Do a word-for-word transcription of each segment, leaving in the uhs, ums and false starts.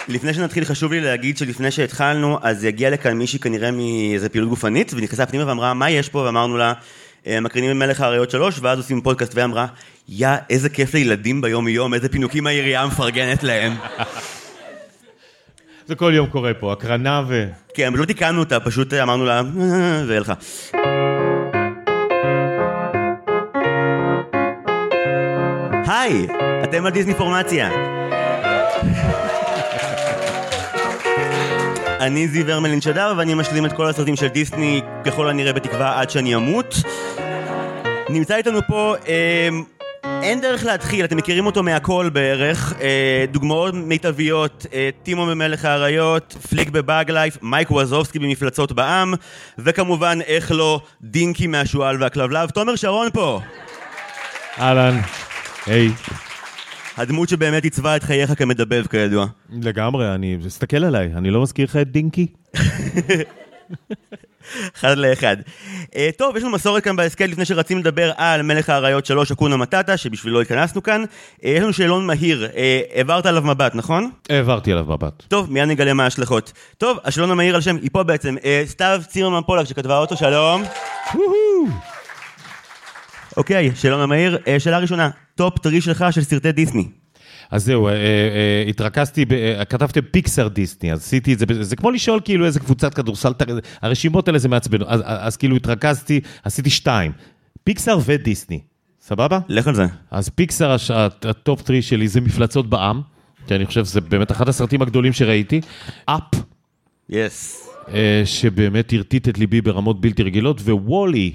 לפני שנתחיל חשוב לי להגיד שלפני שהתחלנו, אז יגיע לכאן מישהי כנראה מאיזה פעילות גופנית, ונכנסה פנימה ואמרה, מה יש פה? ואמרנו לה, מקרינים ממלך האריות שלוש, ואז עושים פודקאסט, ואמרה, יא, איזה כיף לילדים ביום יום, איזה פינוקים העירייה מפרגנת להם. זה כל יום קורה פה, הקרנה ו... כן, לא תיקנו אותה, פשוט אמרנו לה, ואלך. היי, אתם על דיסני פורמציה. אני זיו הרמלין שדר, ואני משלים את כל הסרטים של דיסני, ככל הנראה בתקווה עד שאני אמות. נמצא איתנו פה, אה, אין דרך להתחיל, אתם מכירים אותו מהכל בערך, אה, דוגמאות מיטביות, אה, טימו ממלך האריות, פליק בבאג לייף, מייק ווזובסקי במפלצות בעם, וכמובן, איך לא, דינקי מהשואל והכלבלב, תומר שרון פה. אהלן, היי. הדמות שבאמת עיצבה את חייך כמדבב כידוע. לגמרי, אני... תסתכל עליי, אני לא מזכיר לך את דינקי? אחד לאחד. Uh, טוב, יש לנו מסורת כאן בהסקט לפני שרצים לדבר על מלך האריות שלוש, אקונה מטאטה, שבשבילו התכנסנו כאן. Uh, יש לנו שאלון מהיר, uh, העברת עליו מבט, נכון? העברתי עליו מבט. טוב, מיד נגלה מה ההשלכות. טוב, השאלון המהיר על שם, היא פה בעצם, uh, סתיו צימרמן פולק שכתבה אותו, שלום. אוקיי, שאלון המהיר, uh, שאלה ראשונה, טופ טרי שלך של סרטי דיסני. אז זהו, אה, אה, התרכזתי, ב, אה, כתבתם פיקסר דיסני, אז עשיתי את זה, זה כמו לשאול כאילו איזה קבוצת כדורסל, הרשימות האלה זה מעצבנו, אז, אז כאילו התרכזתי, עשיתי שתיים, פיקסר ודיסני, סבבה? לך על זה. אז פיקסר, הטופ טרי שלי זה מפלצות בעם, כי אני חושב שזה באמת אחד הסרטים הגדולים שראיתי, אפ, יס. אה, שבאמת הרטיט את ליבי ברמות בלתי רגילות, וולי,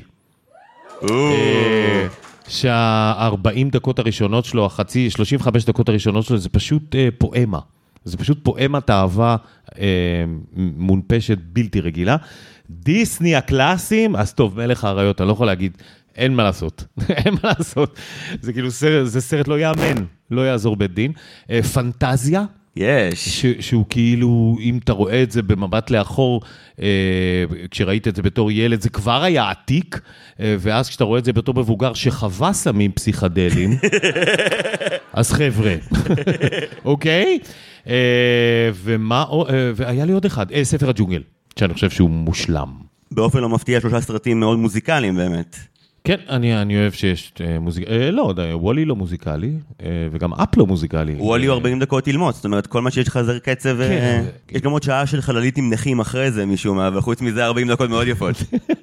אה, שה-ארבעים דקות הראשונות שלו, החצי, שלושים וחמש דקות הראשונות שלו, זה פשוט אה, פואמה. זה פשוט פואמת אהבה אה, מונפשת בלתי רגילה. דיסני הקלאסיים, אז טוב, מלך האריות, אני לא יכול להגיד, אין מה לעשות. אין מה לעשות. זה כאילו, סרט, זה סרט לא יאמן, לא יעזור בית דין. אה, פנטזיה. יש. ש, שהוא כאילו, אם אתה רואה את זה במבט לאחור, אה, כשראית את זה בתור ילד, זה כבר היה עתיק, אה, ואז כשאתה רואה את זה בתור מבוגר שחווה סמים פסיכדליים, אז חבר'ה, אוקיי? אה, ומה, אה, והיה לי עוד אחד, אה, ספר הג'ונגל, שאני חושב שהוא מושלם. באופן לא מפתיע, שלושה סרטים מאוד מוזיקליים באמת. כן, אני, אני אוהב שיש מוזיקה, אה, לא, וולי לא מוזיקלי, אה, וגם אפ לא מוזיקלי. וולי הוא ארבעים דקות ללמוד, זאת אומרת, כל מה שיש לך זה קצב, כן. יש גם עוד שעה של חללית עם נכים אחרי זה משום מה, וחוץ מזה ארבעים דקות מאוד יפות.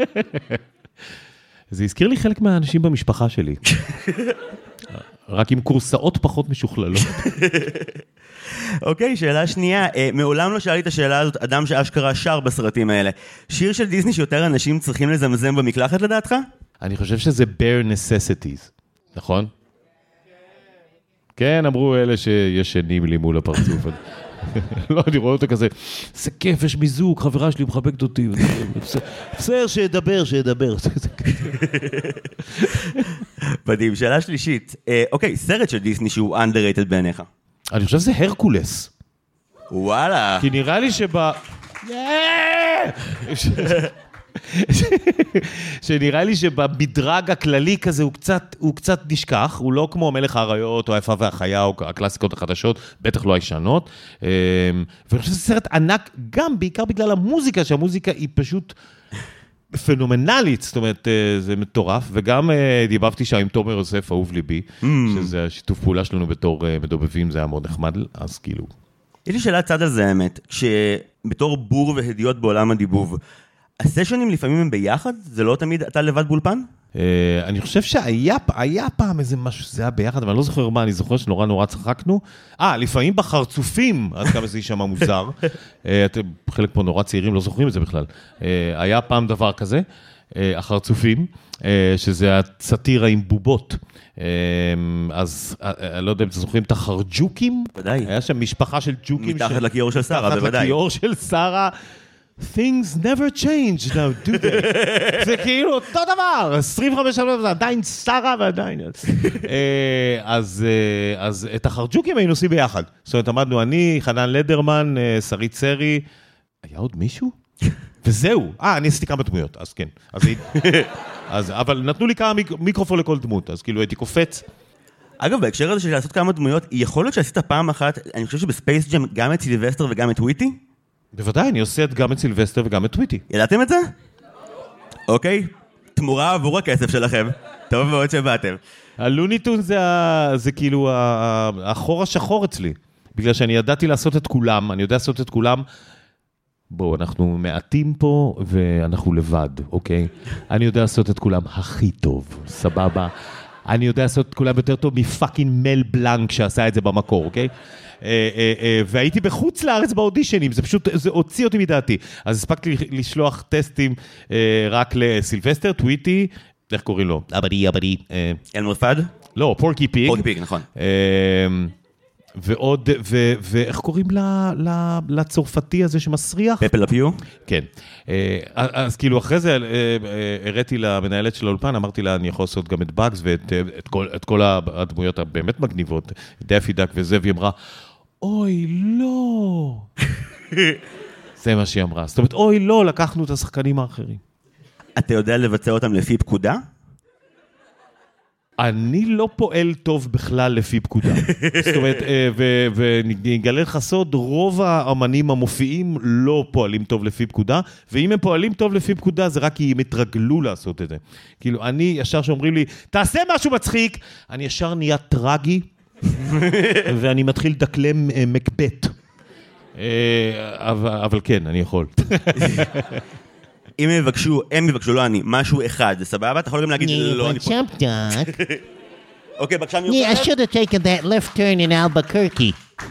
זה הזכיר לי חלק מהאנשים במשפחה שלי. רק עם קורסאות פחות משוכללות. אוקיי, שאלה שנייה, מעולם לא שאלי את השאלה הזאת, אדם שאשכרה שר בסרטים האלה. שיר של דיסני שיותר אנשים צריכים לזמזם במקלחת לדעתך? אני חושב שזה bare necessities, נכון? כן, אמרו אלה שישנים לי מול הפרצוף. לא, אני רואה אותו כזה, זה כיף, יש מיזוג, חברה שלי מחבקת אותי. בסדר, שידבר, שידבר. מדהים, שאלה שלישית. אוקיי, סרט של דיסני שהוא underrated בעיניך. אני חושב שזה הרקולס. וואלה. כי נראה לי שבה... שנראה לי שבמדרג הכללי כזה הוא קצת, הוא קצת נשכח, הוא לא כמו מלך האריות או היפה והחיה או הקלאסיקות החדשות, בטח לא הישנות. ואני חושב שזה סרט ענק, גם בעיקר בגלל המוזיקה, שהמוזיקה היא פשוט פנומנלית, זאת אומרת, זה מטורף, וגם דיברתי שם עם תומר יוסף, אהוב ליבי, שזה השיתוף פעולה שלנו בתור מדובבים, זה היה מאוד נחמד, אז כאילו. יש לי שאלה צד על זה, האמת, שבתור בור והדיוט בעולם הדיבוב, הסשנים לפעמים הם ביחד? זה לא תמיד אתה לבד באולפן? אני חושב שהיה פעם איזה משהו שזה היה ביחד, אבל אני לא זוכר מה, אני זוכר שנורא נורא צחקנו. אה, לפעמים בחרצופים, עד כמה זה יישמע מוזר. חלק פה נורא צעירים לא זוכרים את זה בכלל. היה פעם דבר כזה, החרצופים, שזה הסאטירה עם בובות. אז אני לא יודע אם אתם זוכרים את החרג'וקים? ודאי. היה שם משפחה של ג'וקים. מתחת לכיור של שרה, בוודאי. מתחת לכיור של שרה. Things never change now, do they? זה כאילו אותו דבר, עשרים וחמש שנה, זה עדיין שרה ועדיין. אז, אז את החרג'וקים היינו עושים ביחד. זאת אומרת, עמדנו אני, חנן לדרמן, שרית סרי, היה עוד מישהו? וזהו. אה, אני עשיתי כמה דמויות, אז כן. אז, אז, אבל נתנו לי כמה מיקרופון לכל דמות, אז כאילו הייתי קופץ. אגב, בהקשר הזה של לעשות כמה דמויות, יכול להיות שעשית פעם אחת, אני חושב שבספייס ג'ם גם את סילבסטר וגם את טוויטי? בוודאי, אני עושה גם את סילבסטר וגם את טוויטי. ידעתם את זה? אוקיי, תמורה עבור הכסף שלכם. טוב מאוד שבאתם. הלוניטון זה, זה כאילו החור השחור אצלי. בגלל שאני ידעתי לעשות את כולם, אני יודע לעשות את כולם. בואו, אנחנו מעטים פה ואנחנו לבד, אוקיי? אני יודע לעשות את כולם הכי טוב, סבבה? אני יודע לעשות את כולם יותר טוב מפאקינג מל בלנק שעשה את זה במקור, אוקיי? והייתי בחוץ לארץ באודישנים, זה פשוט, זה הוציא אותי מדעתי. אז הספקתי לשלוח טסטים רק לסילבסטר, טוויטי, איך קוראים לו? אבדי, אבדי. אלמר פאד? לא, פורקי פיג. פורקי פיג, נכון. ועוד, ואיך קוראים לצרפתי הזה שמסריח? פפה לפיו? כן. אז כאילו אחרי זה הראיתי למנהלת של האולפן, אמרתי לה, אני יכול לעשות גם את באגס ואת כל הדמויות הבאמת מגניבות, דאפי דק וזה, והיא אמרה, אוי, לא. זה מה שהיא אמרה. זאת אומרת, אוי, לא, לקחנו את השחקנים האחרים. אתה יודע לבצע אותם לפי פקודה? אני לא פועל טוב בכלל לפי פקודה. זאת אומרת, ונגלה לך סוד, רוב האמנים המופיעים לא פועלים טוב לפי פקודה, ואם הם פועלים טוב לפי פקודה, זה רק כי הם התרגלו לעשות את זה. כאילו, אני ישר שאומרים לי, תעשה משהו מצחיק, אני ישר נהיה טרגי, ואני מתחיל לדקלם מקבט. אבל כן, אני יכול. אם הם יבקשו, הם יבקשו, לא אני, משהו אחד, זה סבבה? אתה יכול גם להגיד, לא, אני פה. אוקיי, בבקשה מיוחדת. Yeah, I should have taken that left turn in Albuquerque.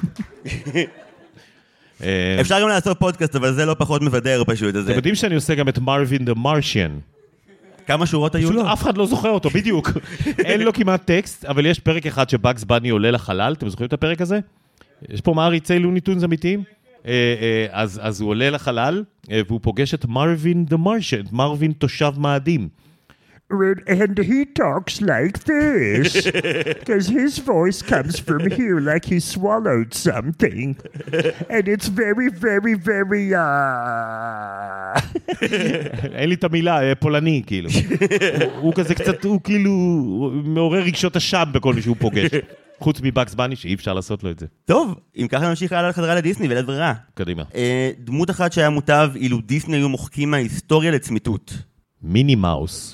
אפשר גם לעשות פודקאסט, אבל זה לא פחות מבדר פשוט. אתם יודעים שאני עושה גם את מרווין דה מרשיאן. כמה שורות היו לו? אף אחד לא זוכר אותו, בדיוק. אין לו כמעט טקסט, אבל יש פרק אחד שבאגס בני עולה לחלל, אתם זוכרים את הפרק הזה? יש פה מעריצי לוניטונס אמיתיים? אז, אז הוא עולה לחלל, והוא פוגש את מרווין דה מרשן, מרווין תושב מאדים. And he talks like this, because his voice comes from here like he swallowed something, and it's very, very, very, uh... אין לי את המילה, פולני, כאילו. הוא כזה קצת, הוא כאילו מעורר רגשות אשם בכל מי שהוא פוגש. חוץ מבאגס בני, שאי אפשר לעשות לו את זה. טוב, אם ככה נמשיך הלאה לחזרה לדיסני ולדברה. קדימה. דמות אחת שהיה מוטב, אילו דיסני היו מוחקים מההיסטוריה לצמיתות. מיני מאוס.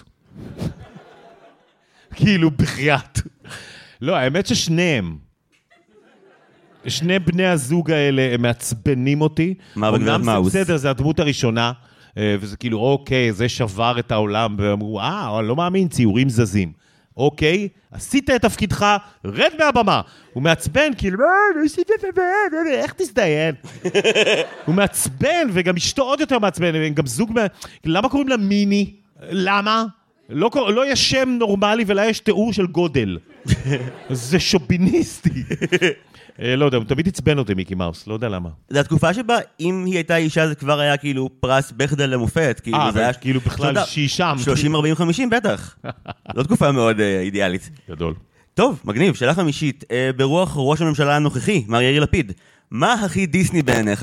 כאילו בחייאת. לא, האמת ששניהם. שני בני הזוג האלה, הם מעצבנים אותי. מה בגלל מאוס? בסדר, זה הדמות הראשונה, וזה כאילו, אוקיי, זה שבר את העולם, ואמרו, אה, אני לא מאמין, ציורים זזים. אוקיי, עשית את תפקידך, רד מהבמה. הוא מעצבן, כאילו, איך תזדיין? הוא מעצבן, וגם אשתו עוד יותר מעצבן, וגם זוג, למה קוראים לה מיני? למה? לא, לא יש שם נורמלי, ולה יש תיאור של גודל. זה שוביניסטי. לא יודע, הוא תמיד הצבן אותי מיקי מאוס, לא יודע למה. זה התקופה שבה, אם היא הייתה אישה, זה כבר היה כאילו פרס בכדל למופת. אה, אבל כאילו בכלל שהיא שם. שלושים ארבעים חמישים בטח. לא תקופה מאוד אידיאלית. גדול. טוב, מגניב, שאלה חמישית. ברוח ראש הממשלה הנוכחי, מר יאיר לפיד, מה הכי דיסני בעיניך?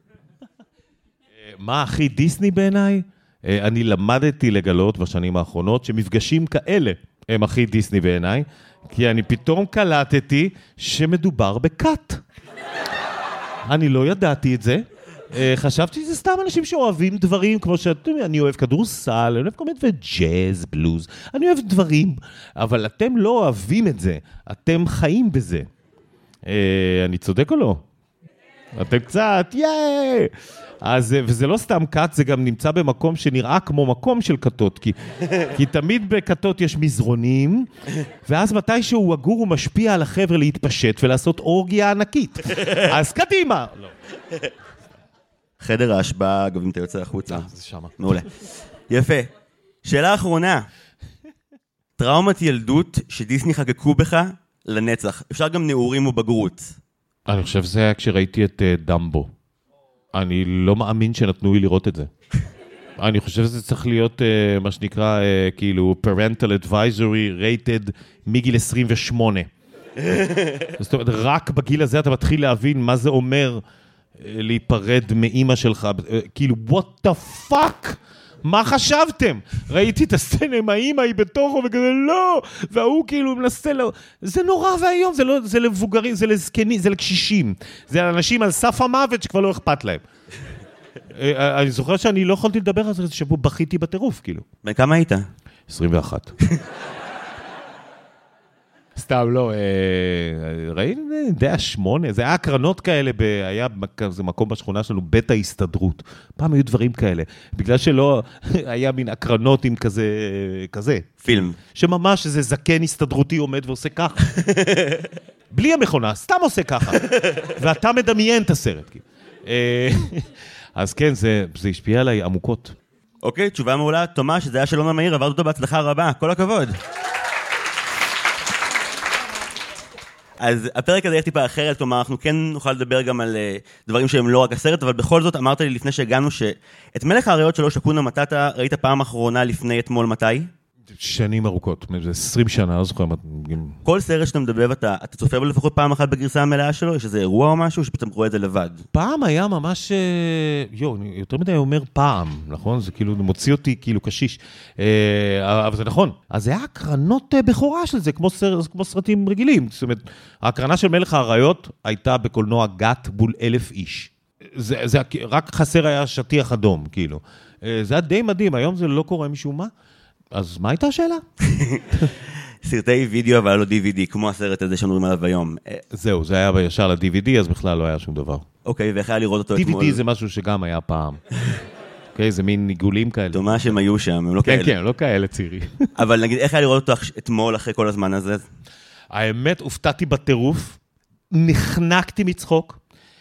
מה הכי דיסני בעיניי? אני למדתי לגלות בשנים האחרונות שמפגשים כאלה הם הכי דיסני בעיניי, כי אני פתאום קלטתי שמדובר בקאט. אני לא ידעתי את זה. חשבתי שזה סתם אנשים שאוהבים דברים, כמו שאני אוהב כדורסל, אני אוהב כל מיני וג'אז, בלוז, אני אוהב דברים, אבל אתם לא אוהבים את זה, אתם חיים בזה. אני צודק או לא? אתם קצת, יאי! אז, וזה לא סתם קאט, זה גם נמצא במקום שנראה כמו מקום של קאטות, כי, כי תמיד בקאטות יש מזרונים, ואז מתישהו הגור הוא משפיע על החבר'ה להתפשט ולעשות אורגיה ענקית. אז קדימה! לא. חדר ההשבעה, אגב, אם אתה יוצא החוצה. זה שמה. מעולה. יפה. שאלה אחרונה. טראומת ילדות שדיסני חגגו בך לנצח. אפשר גם נעורים ובגרות. אני חושב שזה היה כשראיתי את uh, דמבו. אני לא מאמין שנתנו לי לראות את זה. אני חושב שזה צריך להיות uh, מה שנקרא uh, כאילו parental advisory rated מגיל עשרים ושמונה. זאת אומרת, רק בגיל הזה אתה מתחיל להבין מה זה אומר uh, להיפרד מאמא שלך. Uh, כאילו, what the fuck? מה חשבתם? ראיתי את הסצנה עם האמא, היא בתוכו, וכזה, לא, והוא כאילו מנסה, לא, זה נורא והיום, זה, לא, זה לבוגרים, זה לזקנים, זה לקשישים, זה אנשים על סף המוות שכבר לא אכפת להם. אני זוכר שאני לא יכולתי לדבר על זה, שבו בכיתי בטירוף, כאילו. בן כמה היית? עשרים ואחת. סתם, לא, ראינו, די השמונה, זה היה הקרנות כאלה, היה כזה מקום בשכונה שלנו, בית ההסתדרות. פעם היו דברים כאלה, בגלל שלא היה מין הקרנות עם כזה, כזה. פילם. שממש איזה זקן הסתדרותי עומד ועושה ככה. בלי המכונה, סתם עושה ככה. ואתה מדמיין את הסרט. אז כן, זה השפיע עליי עמוקות. אוקיי, תשובה מעולה. תומא, שזה היה שלום המהיר, עברת אותו בהצלחה רבה. כל הכבוד. אז הפרק הזה יהיה טיפה אחרת, כלומר, אנחנו כן נוכל לדבר גם על uh, דברים שהם לא רק הסרט, אבל בכל זאת אמרת לי לפני שהגענו שאת מלך האריות שלו, שקונה מטאטה, ראית פעם אחרונה לפני אתמול מתי? שנים ארוכות, זה עשרים שנה, לא זוכר. כל סרט שאתה מדבר, אתה, אתה צופה בו לפחות פעם אחת בגרסה המלאה שלו? יש איזה אירוע או משהו שפתאום רואה את זה לבד? פעם היה ממש, יו, יותר מדי אומר פעם, נכון? זה כאילו מוציא אותי כאילו קשיש. אבל זה נכון. אז זה היה הקרנות בכורה של זה, כמו, סר, כמו סרטים רגילים. זאת אומרת, ההקרנה של מלך האריות הייתה בקולנוע גת בול אלף איש. זה, זה, רק חסר היה שטיח אדום, כאילו. זה היה די מדהים, היום זה לא קורה משום מה. אז מה הייתה השאלה? סרטי וידאו אבל לא די וי די, כמו הסרט הזה שאנחנו עליו היום. זהו, זה היה ישר ל-די וי די, אז בכלל לא היה שום דבר. אוקיי, ואיך היה לראות אותו אתמול? די וי די זה משהו שגם היה פעם. אוקיי, זה מין ניגולים כאלה. דומה שהם היו שם, הם לא כאלה. כן, כן, לא כאלה צירי. אבל נגיד, איך היה לראות אותו אתמול אחרי כל הזמן הזה? האמת, הופתעתי בטירוף, נחנקתי מצחוק.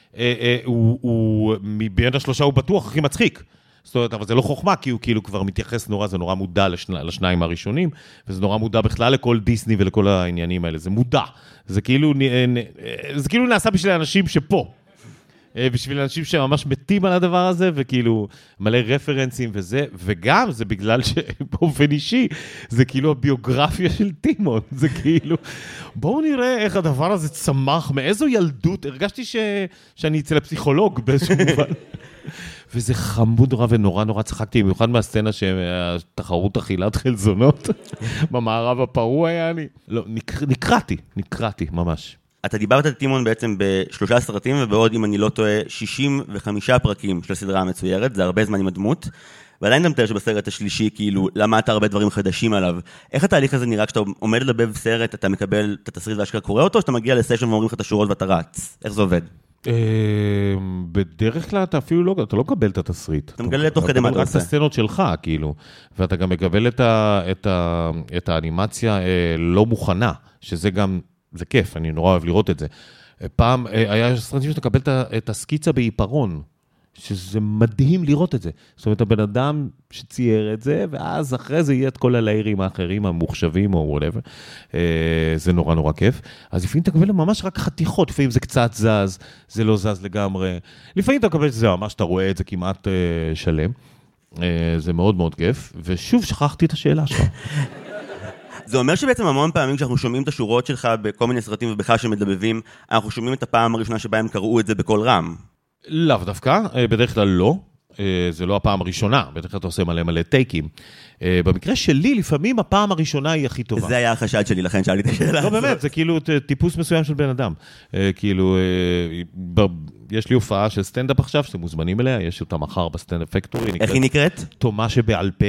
הוא, מבין השלושה הוא בטוח הכי מצחיק. זאת אומרת, אבל זה לא חוכמה, כי הוא כאילו כבר מתייחס נורא, זה נורא מודע לשני, לשניים הראשונים, וזה נורא מודע בכלל לכל דיסני ולכל העניינים האלה, זה מודע. זה כאילו, זה כאילו נעשה בשביל האנשים שפה. בשביל אנשים שממש מתים על הדבר הזה, וכאילו מלא רפרנסים וזה, וגם זה בגלל שבאופן אישי, זה כאילו הביוגרפיה של טימון, זה כאילו, בואו נראה איך הדבר הזה צמח, מאיזו ילדות, הרגשתי ש... שאני אצל הפסיכולוג באיזשהו מובן. וזה חמוד נורא ונורא נורא צחקתי, במיוחד מהסצנה שהתחרות אכילת חלזונות, במערב הפרוע היה אני. לא, נקר... נקראתי, נקראתי ממש. אתה דיברת את טימון בעצם בשלושה סרטים, ובעוד, אם אני לא טועה, שישים וחמישה פרקים של הסדרה המצוירת, זה הרבה זמן עם הדמות, ועדיין אתה מתאר שבסרט השלישי, כאילו, למדת הרבה דברים חדשים עליו. איך התהליך הזה נראה כשאתה עומד לדבב סרט, אתה מקבל את התסריט והשקעה קורא אותו, או שאתה מגיע לסשן ואומרים לך את השורות ואתה רץ? איך זה עובד? בדרך כלל אתה אפילו לא, אתה לא מקבל את התסריט. אתה מגלה תוך כדי מה אתה עושה. אתה מקבל את הסצנות שלך, כאילו, ואתה גם מקבל את האנימציה לא מוכנה, שזה גם... זה כיף, אני נורא אוהב לראות את זה. פעם, היה סרטים שאתה מקבל את הסקיצה בעיפרון, שזה מדהים לראות את זה. זאת אומרת, הבן אדם שצייר את זה, ואז אחרי זה יהיה את כל הליירים האחרים, המוחשבים או whatever. זה נורא נורא כיף. אז לפעמים אתה מקבל ממש רק חתיכות, לפעמים זה קצת זז, זה לא זז לגמרי. לפעמים אתה מקבל את זה, ממש אתה רואה את זה כמעט שלם. זה מאוד מאוד כיף. ושוב, שכחתי את השאלה שלך. זה אומר שבעצם המון פעמים כשאנחנו שומעים את השורות שלך בכל מיני סרטים ובכלל שמדבבים, אנחנו שומעים את הפעם הראשונה שבה הם קראו את זה בכל רם. לאו דווקא, בדרך כלל לא. זה לא הפעם הראשונה, בדרך כלל אתה עושה מלא מלא טייקים. במקרה שלי, לפעמים הפעם הראשונה היא הכי טובה. זה היה החשד שלי, לכן שאלתי את השאלה. לא, באמת, זה כאילו טיפוס מסוים של בן אדם. כאילו, יש לי הופעה של סטנדאפ עכשיו, שאתם מוזמנים אליה, יש אותה מחר בסטנדאפ פקטורי. איך היא נקראת? תומא שבעל פה.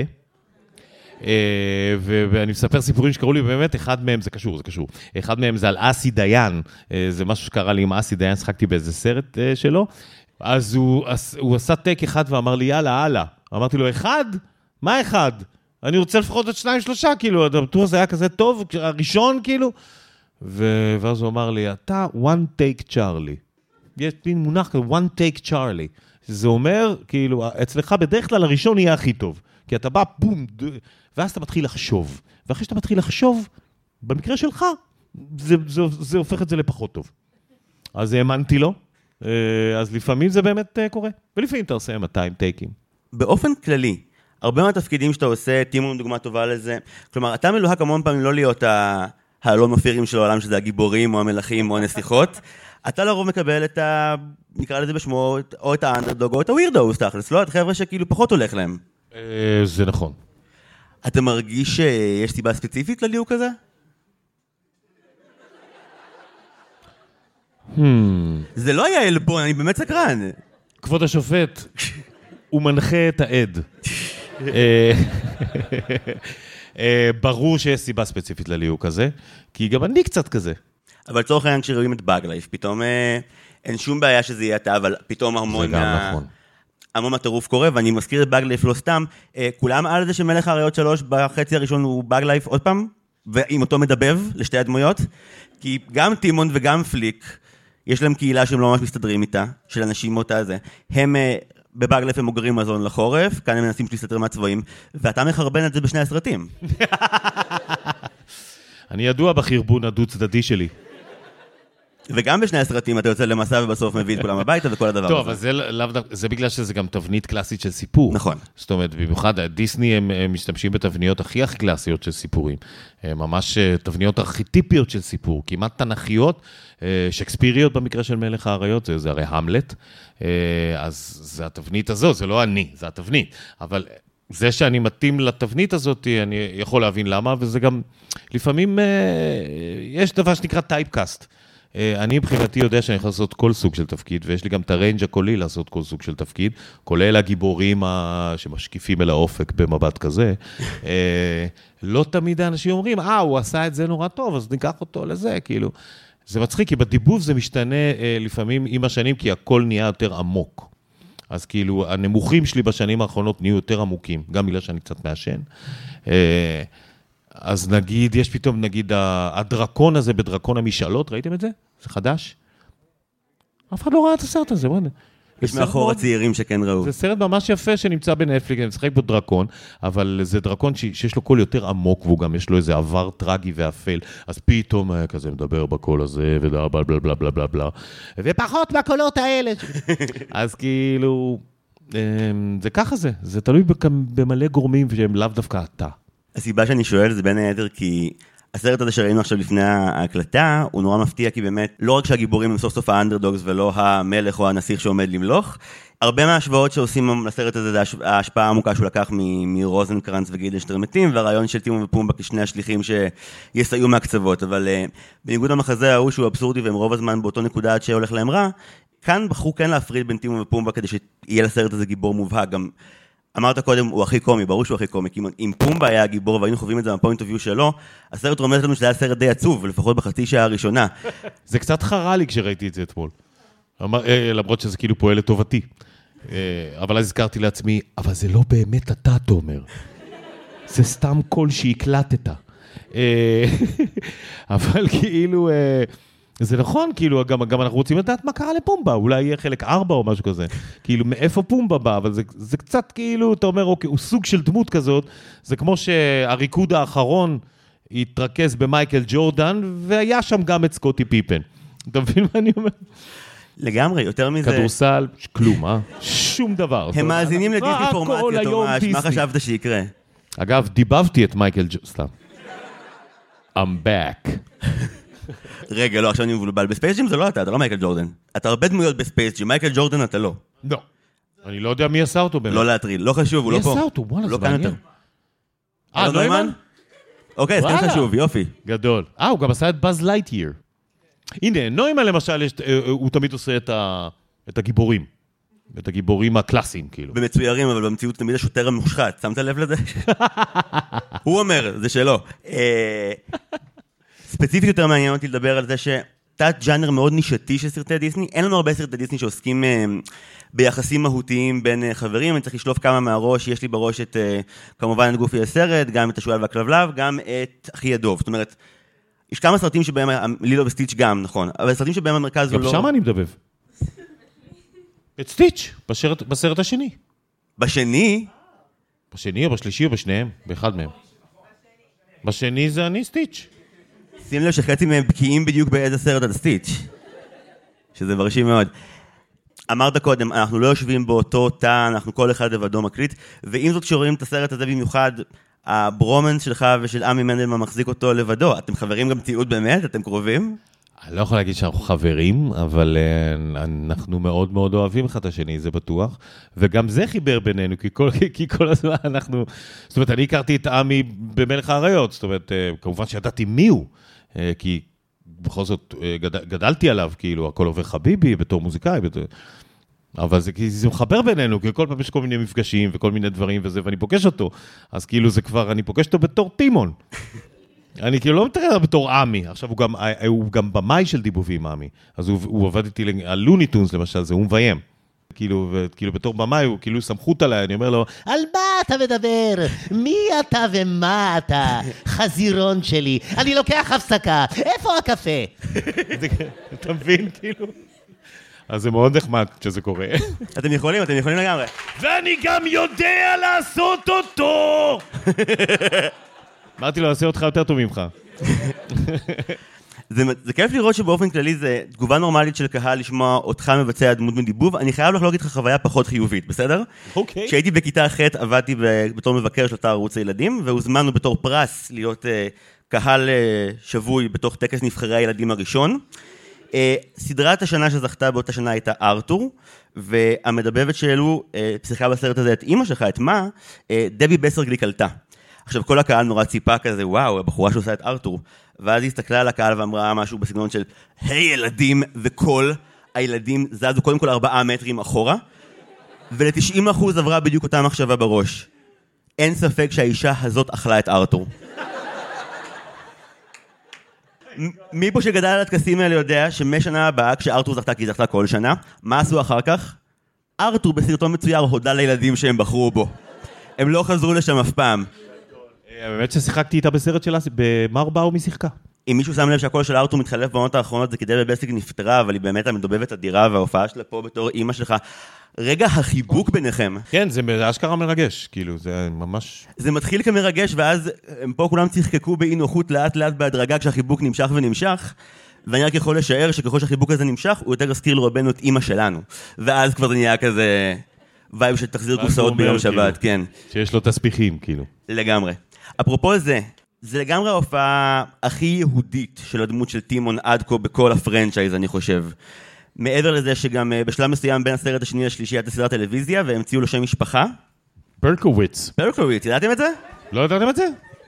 ואני מספר סיפורים שקראו לי, באמת אחד מהם, זה קשור, זה קשור. אחד מהם זה על אסי דיין, זה משהו שקרה לי עם אסי דיין, שחקתי באיזה סרט שלו. אז הוא, הוא עשה טק אחד ואמר לי, יאללה, הלאה. אמרתי לו, אחד? מה אחד? אני רוצה לפחות את שניים, שלושה, כאילו, הדמטור הזה היה כזה טוב, הראשון, כאילו. ו... ואז הוא אמר לי, אתה one take Charlie. יש מין מונח כזה, one take Charlie. זה אומר, כאילו, אצלך בדרך כלל הראשון יהיה הכי טוב. כי אתה בא, בום, ואז אתה מתחיל לחשוב. ואחרי שאתה מתחיל לחשוב, במקרה שלך, זה, זה, זה הופך את זה לפחות טוב. אז האמנתי לו. אז לפעמים זה באמת קורה, ולפעמים אתה עושה מאתיים טייקים. באופן כללי, הרבה מהתפקידים שאתה עושה, טימון דוגמה טובה לזה, כלומר, אתה מלוהק המון פעמים לא להיות הלא מפירים של העולם, שזה הגיבורים או המלכים או הנסיכות, אתה לרוב מקבל את ה... נקרא לזה בשמו, או את האנדרדוג או את הווירדו, תכלס, לא? את חבר'ה שכאילו פחות הולך להם. זה נכון. אתה מרגיש שיש סיבה ספציפית לליהוק הזה? זה לא היה אלבון, אני באמת סקרן. כבוד השופט, הוא מנחה את העד. ברור שיש סיבה ספציפית לליהוק הזה, כי גם אני קצת כזה. אבל לצורך העניין כשרואים את באגלייף, פתאום אין שום בעיה שזה יהיה אתה, אבל פתאום המון... זה גם נכון. המון הטירוף קורה, ואני מזכיר את באגלייף לא סתם, כולם על זה שמלך האריות שלוש בחצי הראשון הוא באגלייף עוד פעם, ועם אותו מדבב לשתי הדמויות, כי גם טימון וגם פליק, יש להם קהילה שהם לא ממש מסתדרים איתה, של אנשים אותה זה. הם בבאגלייף הם אוגרים מזון לחורף, כאן הם מנסים להסתתר מהצבעים, ואתה מחרבן את זה בשני הסרטים. אני ידוע בחרבון הדו צדדי שלי. וגם בשני הסרטים אתה יוצא למסע ובסוף מביא את כולם הביתה וכל הדבר הזה. טוב, אבל זה, זה בגלל שזה גם תבנית קלאסית של סיפור. נכון. זאת אומרת, במיוחד דיסני הם, הם משתמשים בתבניות הכי הכי קלאסיות של סיפורים. ממש תבניות ארכיטיפיות של סיפור, כמעט תנכיות, שקספיריות במקרה של מלך האריות, זה, זה הרי המלט. אז זה התבנית הזו, זה לא אני, זה התבנית. אבל זה שאני מתאים לתבנית הזאת, אני יכול להבין למה, וזה גם, לפעמים יש דבר שנקרא טייפקאסט. אני מבחינתי יודע שאני יכול לעשות כל סוג של תפקיד, ויש לי גם את הריינג' הקולי לעשות כל סוג של תפקיד, כולל הגיבורים שמשקיפים אל האופק במבט כזה. לא תמיד האנשים אומרים, אה, הוא עשה את זה נורא טוב, אז ניקח אותו לזה, כאילו. זה מצחיק, כי בדיבוב זה משתנה לפעמים עם השנים, כי הכל נהיה יותר עמוק. אז כאילו, הנמוכים שלי בשנים האחרונות נהיו יותר עמוקים, גם בגלל שאני קצת מעשן. אז נגיד, יש פתאום, נגיד, הדרקון הזה בדרקון המשאלות, ראיתם את זה? זה חדש? אף אחד לא ראה את הסרט הזה, בואו. יש מאחור הצעירים שכן ראו. זה סרט ממש יפה שנמצא בנטפליקס, אני משחק בו דרקון, אבל זה דרקון שיש לו קול יותר עמוק, והוא גם יש לו איזה עבר טרגי ואפל, אז פתאום כזה מדבר בקול הזה, ובלה בלה בלה בלה בלה בלה בלה, ופחות בקולות האלה. אז כאילו, זה ככה זה, זה תלוי במלא גורמים שהם לאו דווקא אתה. הסיבה שאני שואל זה בין היתר כי הסרט הזה שראינו עכשיו לפני ההקלטה, הוא נורא מפתיע כי באמת, לא רק שהגיבורים הם סוף סוף האנדרדוגס ולא המלך או הנסיך שעומד למלוך, הרבה מההשוואות שעושים לסרט הזה, זה ההשפעה העמוקה שהוא לקח מרוזנקרנץ וגילדנשטר מתים, והרעיון של טימון ופומבה כשני השליחים שיסייעו מהקצוות, אבל בניגוד למחזה ההוא שהוא אבסורדי והם רוב הזמן באותו נקודה עד שהולך להם רע, כאן בחרו כן להפריד בין טימון ופומבה כדי שיהיה לסרט הזה גיבור מובהק, גם אמרת קודם, הוא הכי קומי, ברור שהוא הכי קומי, כי אם פומבה היה הגיבור והיינו חווים את זה מהפוינט אוף ויו שלו, הסרט רומז לנו שזה היה סרט די עצוב, לפחות בחצי שעה הראשונה. זה קצת חרה לי כשראיתי את זה אתמול. למרות שזה כאילו פועל לטובתי. אבל אז הזכרתי לעצמי, אבל זה לא באמת אתה, תומר. זה סתם קול שהקלטת. אבל כאילו... זה נכון, כאילו, גם, גם אנחנו רוצים לדעת מה קרה לפומבה, אולי יהיה חלק ארבע או משהו כזה. כאילו, מאיפה פומבה בא, אבל זה, זה קצת כאילו, אתה אומר, אוקיי, הוא סוג של דמות כזאת, זה כמו שהריקוד האחרון התרכז במייקל ג'ורדן, והיה שם גם את סקוטי פיפן. אתה מבין מה אני אומר? לגמרי, יותר מזה... כדורסל, כלום, אה? שום דבר. הם מאזינים לדיסני פורמציה, תומש, מה חשבת שיקרה? אגב, דיבבתי את מייקל ג'ורדן, סתם. I'm back. רגע, לא, עכשיו אני מבולבל. בספייס ג'ים זה לא אתה, אתה לא מייקל ג'ורדן. אתה הרבה דמויות בספייס ג'ים, מייקל ג'ורדן אתה לא. לא. אני לא יודע מי עשה אותו באמת. לא להטריל, לא חשוב, הוא לא פה. מי עשה אותו? וואלה, זה מעניין. אה, נוימן? אוקיי, אז כן חשוב, יופי. גדול. אה, הוא גם עשה את באז לייטייר. הנה, נוימן למשל, הוא תמיד עושה את הגיבורים. את הגיבורים הקלאסיים, כאילו. במצוירים, אבל במציאות תמיד השוטר המושחת. שמת לב לזה? הוא אומר, זה שלו. ספציפית יותר מעניין אותי לדבר על זה שתת ג'אנר מאוד נישתי של סרטי דיסני, אין לנו הרבה סרטי דיסני שעוסקים ביחסים מהותיים בין חברים, אני צריך לשלוף כמה מהראש, יש לי בראש את, כמובן את גופי הסרט, גם את השועל והכלבלב, גם את אחי הדוב, זאת אומרת, יש כמה סרטים שבהם, לילו וסטיץ' גם, נכון, אבל סרטים שבהם המרכז הוא לא... גם שם אני מדבב. את סטיץ', בסרט השני. בשני? בשני או בשלישי או בשניהם, באחד מהם. בשני זה אני סטיץ'. שים לב שחצי מהם בקיאים בדיוק באיזה סרט על סטיץ', שזה מרשים מאוד. אמרת קודם, אנחנו לא יושבים באותו תא, אנחנו כל אחד לבדו מקליט, ואם זאת שרואים את הסרט הזה במיוחד, הברומנס שלך ושל עמי מנדלמן מחזיק אותו לבדו. אתם חברים גם ציוד באמת? אתם קרובים? אני לא יכול להגיד שאנחנו חברים, אבל uh, אנחנו מאוד מאוד אוהבים אחד את השני, זה בטוח. וגם זה חיבר בינינו, כי כל, כי כל הזמן אנחנו... זאת אומרת, אני הכרתי את עמי במלך האריות, זאת אומרת, uh, כמובן שידעתי מי הוא, uh, כי בכל זאת uh, גד, גדלתי עליו, כאילו, הכל עובר חביבי, בתור מוזיקאי, בתור... אבל זה, זה מחבר בינינו, כי כל פעם יש כל מיני מפגשים וכל מיני דברים וזה, ואני פוגש אותו. אז כאילו זה כבר, אני פוגש אותו בתור טימון. אני כאילו לא מתאר בתור עמי, עכשיו הוא גם, הוא גם במאי של דיבובים עמי, אז הוא, הוא עובד איתי על לוני טונס למשל, זה הוא מביים. כאילו, וכאילו בתור במאי הוא כאילו סמכות עליי, אני אומר לו, על מה אתה מדבר? מי אתה ומה אתה? חזירון שלי. אני לוקח הפסקה. איפה הקפה? אתה מבין כאילו? אז זה מאוד נחמד שזה קורה. אתם יכולים, אתם יכולים לגמרי. ואני גם יודע לעשות אותו! אמרתי לו, עושה אותך יותר טוב ממך. זה, זה כיף לראות שבאופן כללי זה תגובה נורמלית של קהל לשמוע אותך מבצע דמות מדיבוב. אני חייב לחלוק איתך חוויה פחות חיובית, בסדר? אוקיי. כשהייתי בכיתה ח' עבדתי בתור מבקר של אותה ערוץ הילדים, והוזמנו בתור פרס להיות uh, קהל uh, שבוי בתוך טקס נבחרי הילדים הראשון. Uh, סדרת השנה שזכתה באותה שנה הייתה ארתור, והמדבבת שאלו, uh, פסיכה בסרט הזה את אמא שלך, את מה? Uh, דבי בסרגליק עלתה. עכשיו כל הקהל נורא ציפה כזה, וואו, הבחורה שעושה את ארתור. ואז היא הסתכלה על הקהל ואמרה משהו בסגנון של, היי ילדים, וכל הילדים זזו קודם כל ארבעה מטרים אחורה, ול-תשעים אחוז עברה בדיוק אותה מחשבה בראש. אין ספק שהאישה הזאת אכלה את ארתור. מי פה שגדל על הטקסים האלה יודע שמשנה הבאה, כשארתור זכתה, כי היא זכתה כל שנה, מה עשו אחר כך? ארתור בסרטון מצויר הודה לילדים שהם בחרו בו. הם לא חזרו לשם אף פעם. באמת ששיחקתי איתה בסרט שלה, במר באו מי שיחקה. אם מישהו שם לב שהקול של ארתור מתחלף בעונות האחרונות, זה כדי בבסטיק נפטרה, אבל היא באמת המדובבת אדירה, וההופעה שלה פה בתור אמא שלך. רגע החיבוק ביניכם. כן, זה אשכרה מרגש, כאילו, זה ממש... זה מתחיל כמרגש, ואז הם פה כולם צחקקו באי נוחות לאט לאט בהדרגה, כשהחיבוק נמשך ונמשך, ואני רק יכול לשער שככל שהחיבוק הזה נמשך, הוא יותר הזכיר לרובנו את אמא שלנו. ואז כבר זה נהיה כזה וייב שתחזיר קופסאות ביום שבת, כן. שיש לו תספיחים, כאילו. לגמרי. אפרופו זה, זה לגמרי ההופעה הכי יהודית של הדמות של טימון עד כה בכל הפרנצ'ייז, אני חושב. מעבר לזה שגם בשלב מסוים בין הסרט השני לשלישי הייתה סדרת טלוויזיה, והמציאו לו שם משפחה. ברקוביץ. ברקוביץ, ידעתם את זה? לא ידעתם את זה?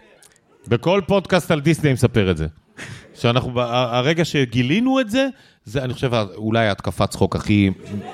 בכל פודקאסט על דיסני מספר את זה. שאנחנו, הרגע שגילינו את זה, זה אני חושב אולי התקפת צחוק הכי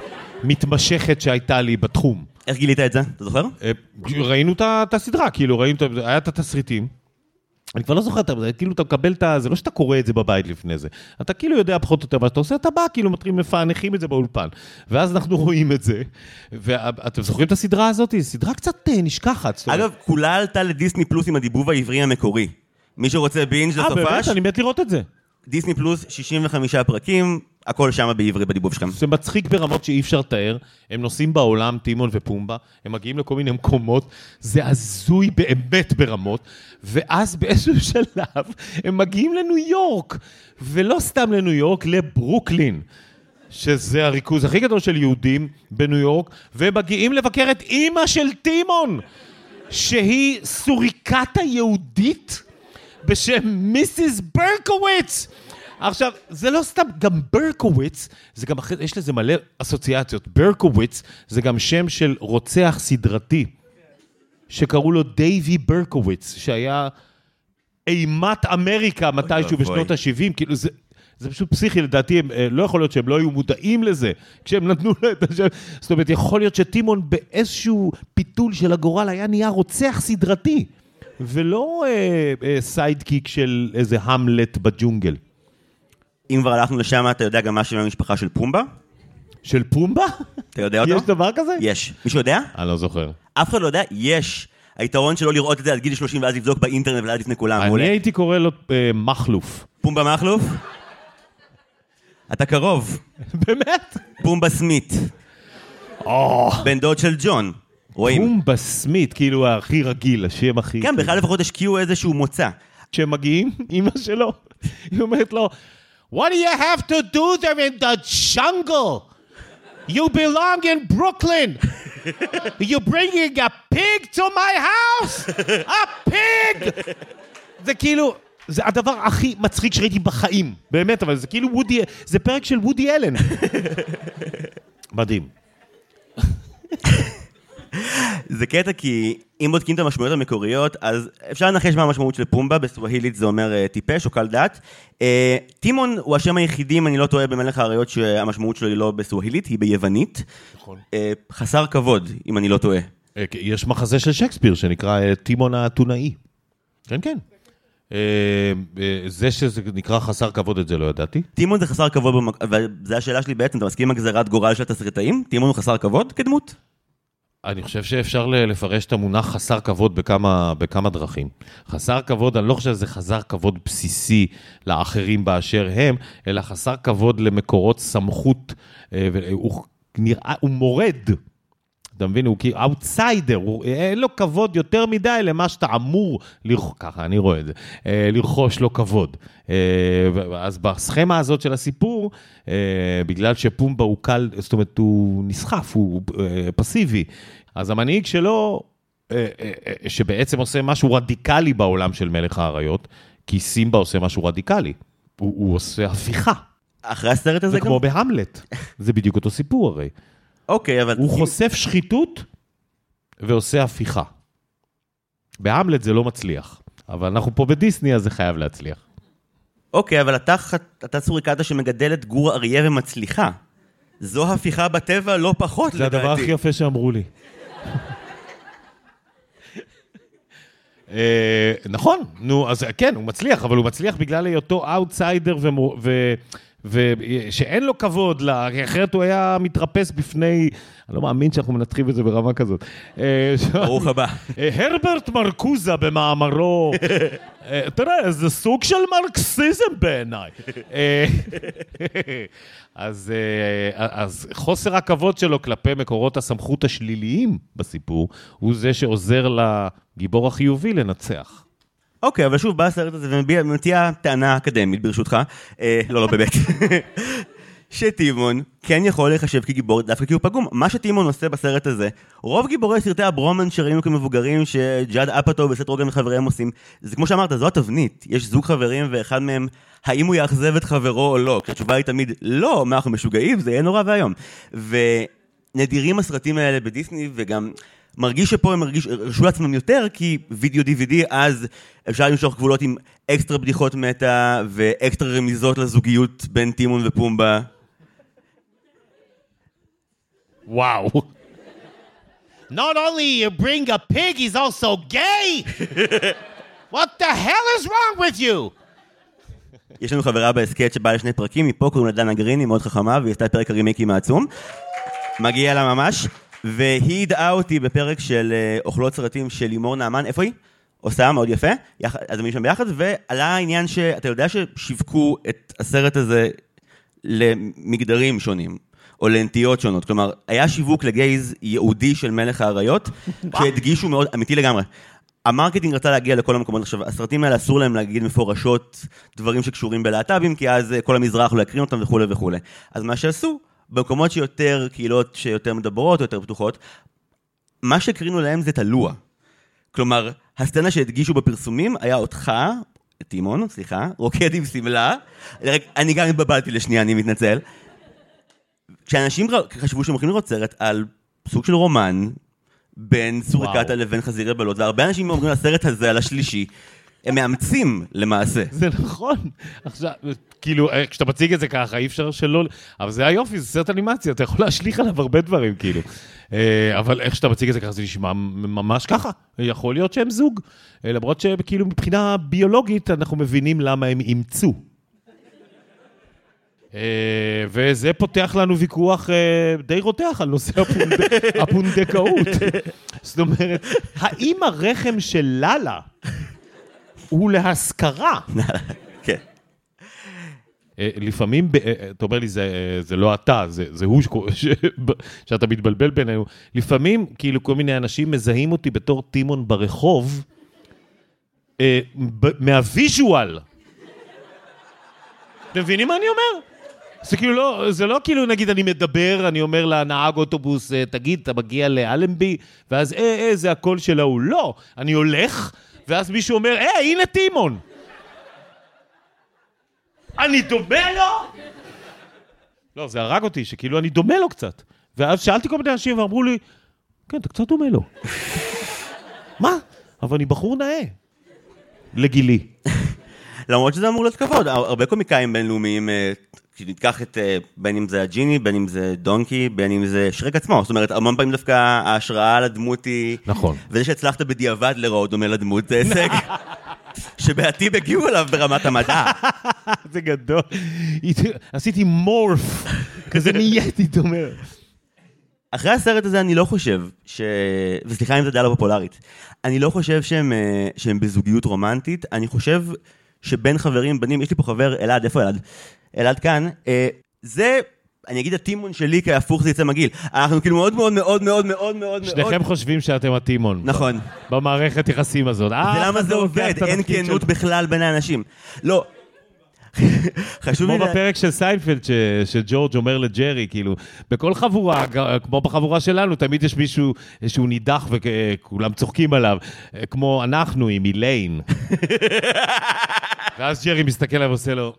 מתמשכת שהייתה לי בתחום. איך גילית את זה? אתה זוכר? ראינו את הסדרה, כאילו, ראינו, היה את התסריטים. אני כבר לא זוכר, כאילו אתה מקבל את זה, לא שאתה קורא את זה בבית לפני זה. אתה כאילו יודע פחות או יותר מה שאתה עושה, אתה בא, כאילו מטרים מפענחים את זה באולפן. ואז אנחנו רואים את זה. ואתם זוכרים את הסדרה הזאת? היא סדרה קצת נשכחת. אגב, כולה עלתה לדיסני פלוס עם הדיבוב העברי המקורי. מי שרוצה בינג' לסופש? אה, באמת? אני מת לראות את זה. דיסני פלוס, שישים וחמישה פרקים, הכל שם בעברי בדיבוב שלכם. זה מצחיק ברמות שאי אפשר לתאר, הם נוסעים בעולם, טימון ופומבה, הם מגיעים לכל מיני מקומות, זה הזוי באמת ברמות, ואז באיזשהו שלב הם מגיעים לניו יורק, ולא סתם לניו יורק, לברוקלין, שזה הריכוז הכי גדול של יהודים בניו יורק, ומגיעים לבקר את אמא של טימון, שהיא סוריקטה יהודית, בשם מיסיס ברקוביץ. עכשיו, זה לא סתם, גם ברקוביץ, זה גם, יש לזה מלא אסוציאציות. ברקוביץ זה גם שם של רוצח סדרתי, שקראו לו דייבי ברקוביץ, שהיה אימת אמריקה מתישהו בשנות ה-שבעים, כאילו זה, זה פשוט פסיכי, לדעתי, הם, לא יכול להיות שהם לא היו מודעים לזה, כשהם נתנו לו את השם. זאת אומרת, יכול להיות שטימון באיזשהו פיתול של הגורל היה נהיה רוצח סדרתי, ולא אה, אה, סיידקיק של איזה המלט בג'ונגל. אם כבר הלכנו לשם, אתה יודע גם משהו מהמשפחה של פומבה? של פומבה? אתה יודע אותו? יש דבר כזה? יש. מישהו יודע? אני לא זוכר. אף אחד לא יודע? יש. היתרון שלו לראות את זה עד גיל שלושים ואז לבדוק באינטרנט ולעד לפני כולם. אני הייתי קורא לו אה, מחלוף. פומבה מחלוף? אתה קרוב. באמת? פומבה סמית. בן דוד של ג'ון. רואים? פומבה סמית, כאילו הכי רגיל, השם הכי... כן, בכלל לפחות השקיעו איזשהו מוצא. כשהם מגיעים, אמא שלו, היא אומרת לו, What do you have to do there in the jungle? You belong in Brooklyn. You're bringing a pig to my house? A pig! זה כאילו, זה הדבר הכי מצחיק שראיתי בחיים, באמת, אבל זה כאילו וודי, זה פרק של וודי אלן. מדהים. זה קטע כי אם בודקים את המשמעויות המקוריות, אז אפשר לנחש מה המשמעות של פומבה, בסווהילית זה אומר טיפש או קל דעת. טימון הוא השם היחידי, אם אני לא טועה, במלך האריות שהמשמעות שלו היא לא בסווהילית, היא ביוונית. נכון. חסר כבוד, אם אני לא טועה. יש מחזה של שייקספיר שנקרא טימון האתונאי. כן, כן. זה שזה נקרא חסר כבוד, את זה לא ידעתי. טימון זה חסר כבוד, וזו השאלה שלי בעצם, אתה מסכים עם הגזרת גורל של התסריטאים? טימון הוא חסר כבוד כדמות? אני חושב שאפשר לפרש את המונח חסר כבוד בכמה, בכמה דרכים. חסר כבוד, אני לא חושב שזה חסר כבוד בסיסי לאחרים באשר הם, אלא חסר כבוד למקורות סמכות, הוא נראה, הוא מורד. אתה מבין, הוא כאילו אאוטסיידר, אין לו כבוד יותר מדי למה שאתה אמור, לרח... ככה אני רואה את זה, לרחוש לו כבוד. אז בסכמה הזאת של הסיפור, בגלל שפומבה הוא קל, זאת אומרת, הוא נסחף, הוא פסיבי, אז המנהיג שלו, שבעצם עושה משהו רדיקלי בעולם של מלך האריות, כי סימבה עושה משהו רדיקלי, הוא, הוא עושה הפיכה. אחרי הסרט הזה זה גם? זה כמו בהמלט, זה בדיוק אותו סיפור הרי. אוקיי, אבל... הוא חושף שחיתות ועושה הפיכה. בהמלט זה לא מצליח, אבל אנחנו פה בדיסני, אז זה חייב להצליח. אוקיי, אבל אתה, אתה סוריקטה שמגדלת גור אריה ומצליחה. זו הפיכה בטבע לא פחות, זה לדעתי. הדבר הכי יפה שאמרו לי. נכון, נו, אז כן, הוא מצליח, אבל הוא מצליח בגלל היותו אאוטסיידר ו... ושאין לו כבוד, אחרת הוא היה מתרפס בפני, אני לא מאמין שאנחנו מנתחים את זה ברמה כזאת. ברוך הבא. הרברט מרקוזה במאמרו, תראה, זה סוג של מרקסיזם בעיניי. אז, אז חוסר הכבוד שלו כלפי מקורות הסמכות השליליים בסיפור, הוא זה שעוזר לגיבור החיובי לנצח. אוקיי, אבל שוב, בא הסרט הזה ומציע טענה אקדמית, ברשותך. אה, לא, לא, באמת. שטימון כן יכול לחשב כגיבור דווקא כי הוא פגום. מה שטימון עושה בסרט הזה, רוב גיבורי סרטי הברומן שראינו כמבוגרים, שג'אד אפאטו וסט רוגן וחבריהם עושים, זה כמו שאמרת, זו התבנית. יש זוג חברים ואחד מהם, האם הוא יאכזב את חברו או לא? כשהתשובה היא תמיד, לא, מה אנחנו משוגעים, זה יהיה נורא והיום. ונדירים הסרטים האלה בדיסני, וגם... מרגיש שפה הם הרשו לעצמם יותר, כי וידאו די וי די, אז אפשר למשוך גבולות עם אקסטרה בדיחות מטה, ואקסטרה רמיזות לזוגיות בין טימון ופומבה. וואו. Not only you bring a pig, he's also gay! What the hell is wrong with you? יש לנו חברה בהסקט שבאה לשני פרקים, מפה קוראים לה דנה גרין, היא מאוד חכמה, והיא עשתה פרק הרימייקים העצום. מגיע לה ממש. והיא ידעה אותי בפרק של אוכלות סרטים של לימור נעמן, איפה היא? עושה מאוד יפה, אז הם שם ביחד, ועלה העניין שאתה יודע ששיווקו את הסרט הזה למגדרים שונים, או לנטיות שונות, כלומר, היה שיווק לגייז יהודי של מלך האריות, שהדגישו מאוד, אמיתי לגמרי, המרקטינג רצה להגיע לכל המקומות, עכשיו, הסרטים האלה אסור להם להגיד מפורשות דברים שקשורים בלהט"בים, כי אז כל המזרח לא יקרין אותם וכו' וכו'. אז מה שעשו, במקומות שיותר קהילות שיותר מדברות או יותר פתוחות, מה שקרינו להם זה תלוע. כלומר, הסצנה שהדגישו בפרסומים היה אותך, טימון, סליחה, רוקד עם סמלה, אני גם התבלבלתי לשנייה, אני מתנצל. כשאנשים חשבו שהם הולכים לראות סרט על סוג של רומן, בין סוריקטה לבין חזירי בלוט, והרבה אנשים אומרים לסרט הזה על השלישי, הם מאמצים למעשה. זה נכון. עכשיו, כאילו, כשאתה מציג את זה ככה, אי אפשר שלא... אבל זה היופי, זה סרט אנימציה, אתה יכול להשליך עליו הרבה דברים, כאילו. אבל איך שאתה מציג את זה ככה, זה נשמע ממש ככה. יכול להיות שהם זוג. למרות שכאילו מבחינה ביולוגית, אנחנו מבינים למה הם אימצו. וזה פותח לנו ויכוח די רותח על נושא הפונדקאות. זאת אומרת, האם הרחם של ללה הוא להשכרה? כן. לפעמים, אתה אומר לי, זה לא אתה, זה הוא שאתה מתבלבל בינינו. לפעמים, כאילו, כל מיני אנשים מזהים אותי בתור טימון ברחוב, מהוויז'ואל. אתם מבינים מה אני אומר? זה כאילו לא, זה לא כאילו, נגיד, אני מדבר, אני אומר לנהג אוטובוס, תגיד, אתה מגיע לאלנבי, ואז, אה, אה, זה הקול שלה, הוא לא. אני הולך, ואז מישהו אומר, אה, הנה טימון. אני דומה לו? לא, זה הרג אותי, שכאילו אני דומה לו קצת. ואז שאלתי כל מיני אנשים ואמרו לי, כן, אתה קצת דומה לו. מה? אבל אני בחור נאה. לגילי. למרות שזה אמור להיות כבוד, הרבה קומיקאים בינלאומיים, כשנתקח את, בין אם זה הג'יני, בין אם זה דונקי, בין אם זה שרק עצמו, זאת אומרת, המון פעמים דווקא ההשראה על הדמות היא... נכון. וזה שהצלחת בדיעבד לראות דומה לדמות, זה הישג שבעתיד הגיעו אליו ברמת המדע. זה גדול. עשיתי מורף, כזה נהייתי דומה. אחרי הסרט הזה אני לא חושב ש... וסליחה אם זה דעה לא פופולרית, אני לא חושב שהם, שהם בזוגיות רומנטית, אני חושב שבין חברים, בנים, יש לי פה חבר, אלעד, איפה אלעד? אלעד כאן, זה, אני אגיד הטימון שלי כהפוך זה יצא מגעיל. אנחנו כאילו מאוד מאוד מאוד מאוד מאוד מאוד שניכם חושבים שאתם הטימון. נכון. במערכת יחסים הזאת. ולמה זה עובד? אין כנות בכלל בין האנשים. לא. חשוב לי... כמו בפרק של סיינפלד, שג'ורג' אומר לג'רי, כאילו, בכל חבורה, כמו בחבורה שלנו, תמיד יש מישהו שהוא נידח וכולם צוחקים עליו, כמו אנחנו עם איליין. ואז ג'רי מסתכל עליו ועושה לו,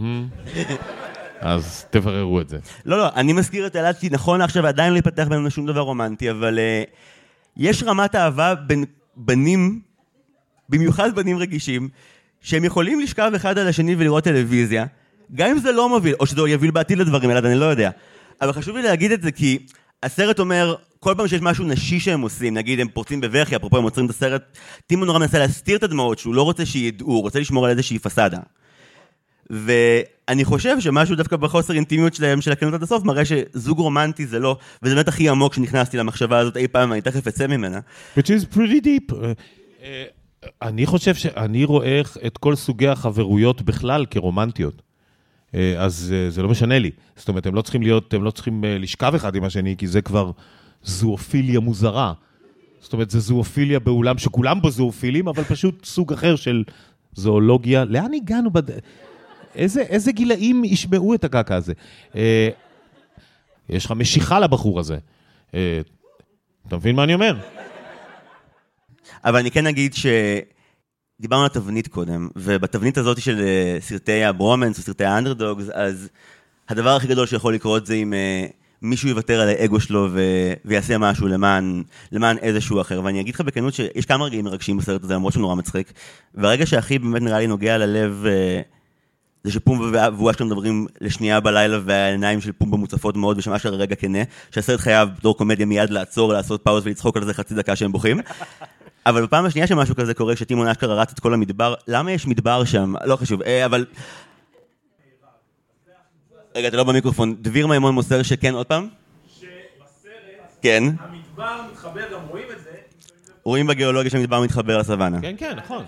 אז תבררו את זה. לא, לא, אני מזכיר את אלעד, כי נכון עכשיו עדיין לא ייפתח בינינו שום דבר רומנטי, אבל יש רמת אהבה בין בנים, במיוחד בנים רגישים, שהם יכולים לשכב אחד על השני ולראות טלוויזיה, גם אם זה לא מוביל, או שזה יוביל בעתיד לדברים, אלעד, אני לא יודע. אבל חשוב לי להגיד את זה, כי הסרט אומר, כל פעם שיש משהו נשי שהם עושים, נגיד הם פורצים בבכי, אפרופו הם עוצרים את הסרט, טימון נורא מנסה להסתיר את הדמעות, שהוא לא רוצה שידעו, הוא רוצה לשמור על איזושהי פסאדה. ואני חושב שמשהו דווקא בחוסר אינטימיות שלהם, של הכנות עד הסוף, מראה שזוג רומנטי זה לא, וזה באמת הכי עמוק שנכנסתי למחשבה הזאת אי פעם, אני תכף אצא ממנה. Which is pretty deep. אני חושב שאני רואה את כל סוגי החברויות בכלל כרומנטיות. אז זה לא משנה לי. זאת אומרת, הם לא צריכים להיות, הם לא צריכים לשכב אחד עם השני, כי זה כבר זואופיליה מוזרה. זאת אומרת, זה זואופיליה בעולם שכולם בו זואופילים, אבל פשוט סוג אחר של זואולוגיה. לאן הגענו? בד... איזה, איזה גילאים ישמעו את הקקה הזה? יש לך משיכה לבחור הזה. אתה מבין מה אני אומר? אבל אני כן אגיד שדיברנו על תבנית קודם, ובתבנית הזאת של סרטי הברומנס או סרטי האנדרדוגס, אז הדבר הכי גדול שיכול לקרות זה אם מישהו יוותר על האגו שלו ו... ויעשה משהו למען, למען איזשהו אחר. ואני אגיד לך בכנות שיש כמה רגעים מרגשים בסרט הזה, למרות שהוא נורא מצחיק, והרגע שהכי באמת נראה לי נוגע ללב, זה שפום והבועה שלו מדברים לשנייה בלילה, והעיניים של פום במוצפות מאוד, ושמע של רגע כנה, שהסרט חייב בתור קומדיה מיד לעצור, לעשות פאוז ולצחוק על זה חצי דקה שהם בוכים. אבל בפעם השנייה שמשהו כזה קורה, שטימון אשכרה רץ את כל המדבר, למה יש מדבר שם? לא חשוב, אבל... רגע, אתה לא במיקרופון. דביר מימון מוסר שכן, עוד פעם? שבסרט, כן. המדבר מתחבר, גם רואים את זה. רואים בגיאולוגיה שהמדבר מתחבר לסוואנה. כן, כן, נכון.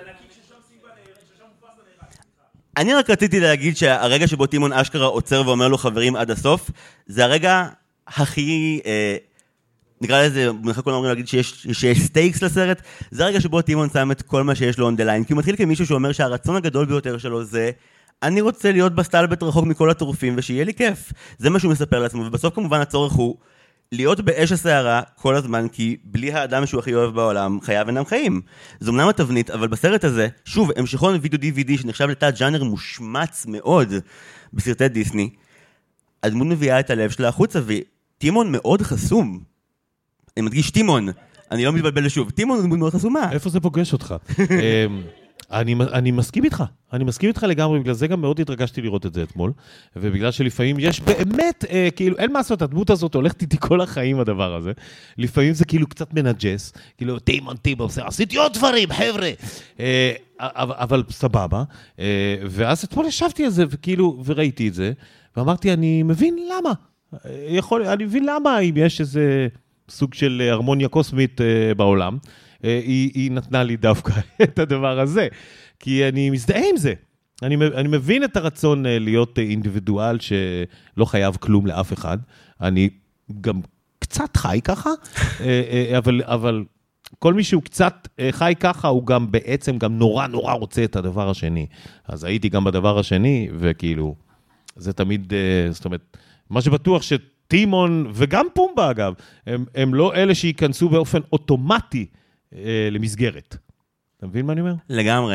אני רק רציתי להגיד שהרגע שבו טימון אשכרה עוצר ואומר לו חברים עד הסוף, זה הרגע הכי... נקרא לזה, בנך כולם אומרים להגיד שיש, שיש סטייקס לסרט, זה הרגע שבו טימון שם את כל מה שיש לו on the line, כי הוא מתחיל כמישהו שאומר שהרצון הגדול ביותר שלו זה, אני רוצה להיות בסטלבט רחוק מכל הטורפים ושיהיה לי כיף. זה מה שהוא מספר לעצמו, ובסוף כמובן הצורך הוא להיות באש הסערה כל הזמן, כי בלי האדם שהוא הכי אוהב בעולם, חייו אינם חיים. זו אמנם התבנית, אבל בסרט הזה, שוב, המשכון וידאו די וי די שנחשב לתת ג'אנר מושמץ מאוד בסרטי דיסני, הדמות מביאה את הלב שלה החוצה, וטימון מאוד חסום. אני מדגיש טימון, אני לא מתבלבל לשוב. טימון הוא מאוד חסומה. איפה זה פוגש אותך? אני, אני מסכים איתך, אני מסכים איתך לגמרי, בגלל זה גם מאוד התרגשתי לראות את זה אתמול, ובגלל שלפעמים יש באמת, אה, כאילו, אין מה לעשות, הדמות הזאת הולכת איתי כל החיים הדבר הזה, לפעמים זה כאילו קצת מנג'ס, כאילו, טימון, טימון, עשיתי עוד דברים, חבר'ה, אה, אבל, אבל סבבה, אה, ואז אתמול ישבתי על זה, וכאילו, וראיתי את זה, ואמרתי, אני מבין למה, יכול, אני מבין למה, אם יש איזה סוג של הרמוניה קוסמית אה, בעולם, היא, היא נתנה לי דווקא את הדבר הזה, כי אני מזדהה עם זה. אני, אני מבין את הרצון להיות אינדיבידואל שלא חייב כלום לאף אחד. אני גם קצת חי ככה, אבל, אבל כל מי שהוא קצת חי ככה, הוא גם בעצם גם נורא נורא רוצה את הדבר השני. אז הייתי גם בדבר השני, וכאילו, זה תמיד, זאת אומרת, מה שבטוח שטימון, וגם פומבה אגב, הם, הם לא אלה שיכנסו באופן אוטומטי, למסגרת. אתה מבין מה אני אומר? לגמרי.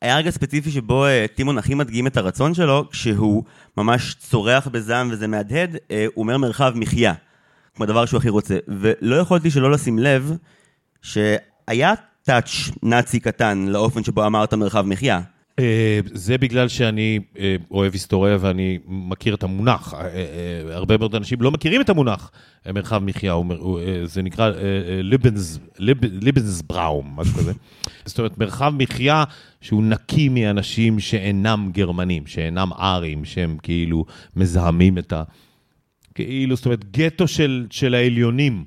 היה רגע ספציפי שבו טימון הכי מדגים את הרצון שלו, כשהוא ממש צורח בזעם וזה מהדהד, הוא אומר מרחב מחיה, כמו הדבר שהוא הכי רוצה. ולא יכולתי שלא לשים לב שהיה טאץ' נאצי קטן לאופן שבו אמרת מרחב מחיה. זה בגלל שאני אוהב היסטוריה ואני מכיר את המונח. הרבה מאוד אנשים לא מכירים את המונח מרחב מחיה, זה נקרא ליבנסבראום, משהו כזה. זאת אומרת, מרחב מחיה שהוא נקי מאנשים שאינם גרמנים, שאינם ארים, שהם כאילו מזהמים את ה... כאילו, זאת אומרת, גטו של העליונים.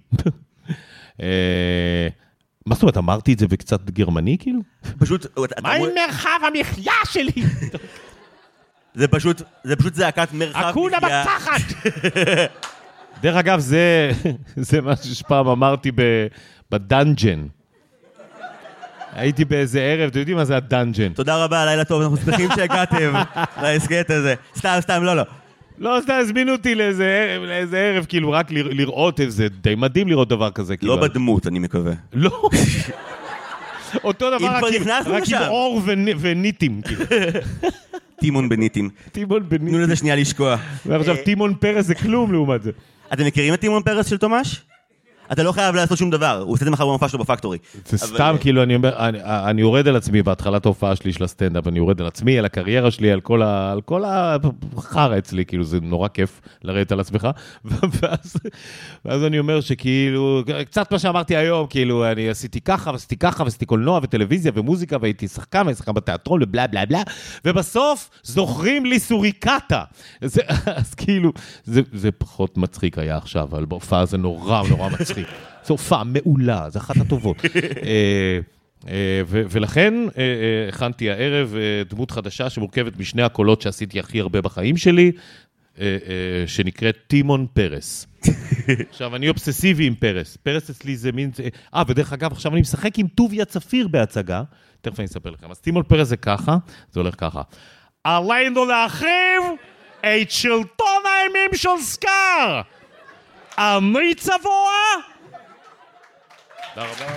מה זאת אומרת, אמרתי את זה בקצת גרמני, כאילו? פשוט... מה עם מרחב המחיה שלי? זה פשוט, זה פשוט זעקת מרחב מחיה. אקונה בצחת! דרך אגב, זה, זה משהו שפעם אמרתי בדנג'ן. הייתי באיזה ערב, אתם יודעים מה זה הדנג'ן? תודה רבה, לילה טוב, אנחנו שמחים שהגעתם להסקט הזה. סתם, סתם, לא, לא. לא, סתם הזמינו אותי לאיזה, לאיזה ערב, כאילו, רק לראות איזה, די מדהים לראות דבר כזה. לא בדמות, אני מקווה. לא. אותו דבר, רק עם אור וניטים. טימון בניטים. טימון בניטים. תנו לזה שנייה לשקוע. ועכשיו, טימון פרס זה כלום לעומת זה. אתם מכירים את טימון פרס של תומש? אתה לא חייב לעשות שום דבר, הוא עושה את זה מחר במופע שלו בפקטורי. זה סתם, כאילו, אני אומר, אני יורד על עצמי בהתחלת ההופעה שלי של הסטנדאפ, אני יורד על עצמי, על הקריירה שלי, על כל החרא אצלי, כאילו, זה נורא כיף לרדת על עצמך, ואז אני אומר שכאילו, קצת מה שאמרתי היום, כאילו, אני עשיתי ככה, ועשיתי ככה, ועשיתי קולנוע וטלוויזיה ומוזיקה, והייתי שחקן, והייתי שחקן בתיאטרון, ובלה בלה בלה, ובסוף זוכרים לי סוריקטה. אז כאילו, זה פחות מצחיק היה עכשיו, אבל בהופעה זה נורא, נורא מצחיק. זו הופעה מעולה, זו אחת הטובות. ולכן הכנתי הערב דמות חדשה שמורכבת משני הקולות שעשיתי הכי הרבה בחיים שלי, שנקראת טימון פרס. עכשיו, אני אובססיבי עם פרס. פרס אצלי זה מין... אה, ודרך אגב, עכשיו אני משחק עם טוביה צפיר בהצגה. תכף אני אספר לכם. אז טימון פרס זה ככה, זה הולך ככה. עלינו להחריב את שלטון האימים של סקאר! אני צבוע? תודה רבה.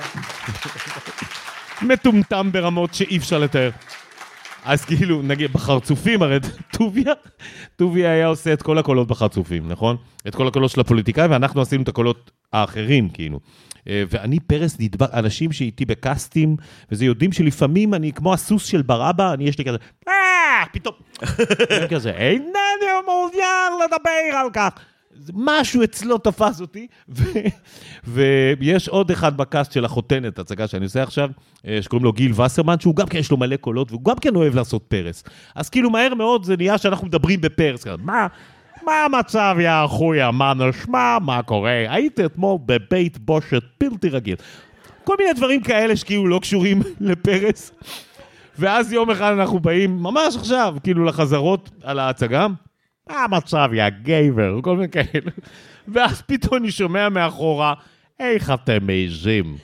מטומטם ברמות שאי אפשר לתאר. אז כאילו, נגיד, בחרצופים, הרי טוביה, טוביה היה עושה את כל הקולות בחרצופים, נכון? את כל הקולות של הפוליטיקאי, ואנחנו עשינו את הקולות האחרים, כאילו. ואני פרס נדבר, אנשים שאיתי בקאסטים, וזה יודעים שלפעמים אני, כמו הסוס של ברבא, אני יש לי כזה, אה, פתאום, אני כזה, אינני מעוניין לדבר על כך. משהו אצלו תפס אותי, ויש עוד אחד בקאסט של החותנת, הצגה שאני עושה עכשיו, שקוראים לו גיל וסרמן, שהוא גם כן יש לו מלא קולות, והוא גם כן אוהב לעשות פרס. אז כאילו מהר מאוד זה נהיה שאנחנו מדברים בפרס. מה, מה המצב יא אחויה, מה נשמע, מה קורה? הייתי אתמול בבית בושת בלתי רגיל. כל מיני דברים כאלה שכאילו לא קשורים לפרס. ואז יום אחד אנחנו באים, ממש עכשיו, כאילו לחזרות על ההצגה, מה המצב, יא גייבר, כל מיני כאלה. ואז פתאום אני שומע מאחורה, איך אתם מעיזים?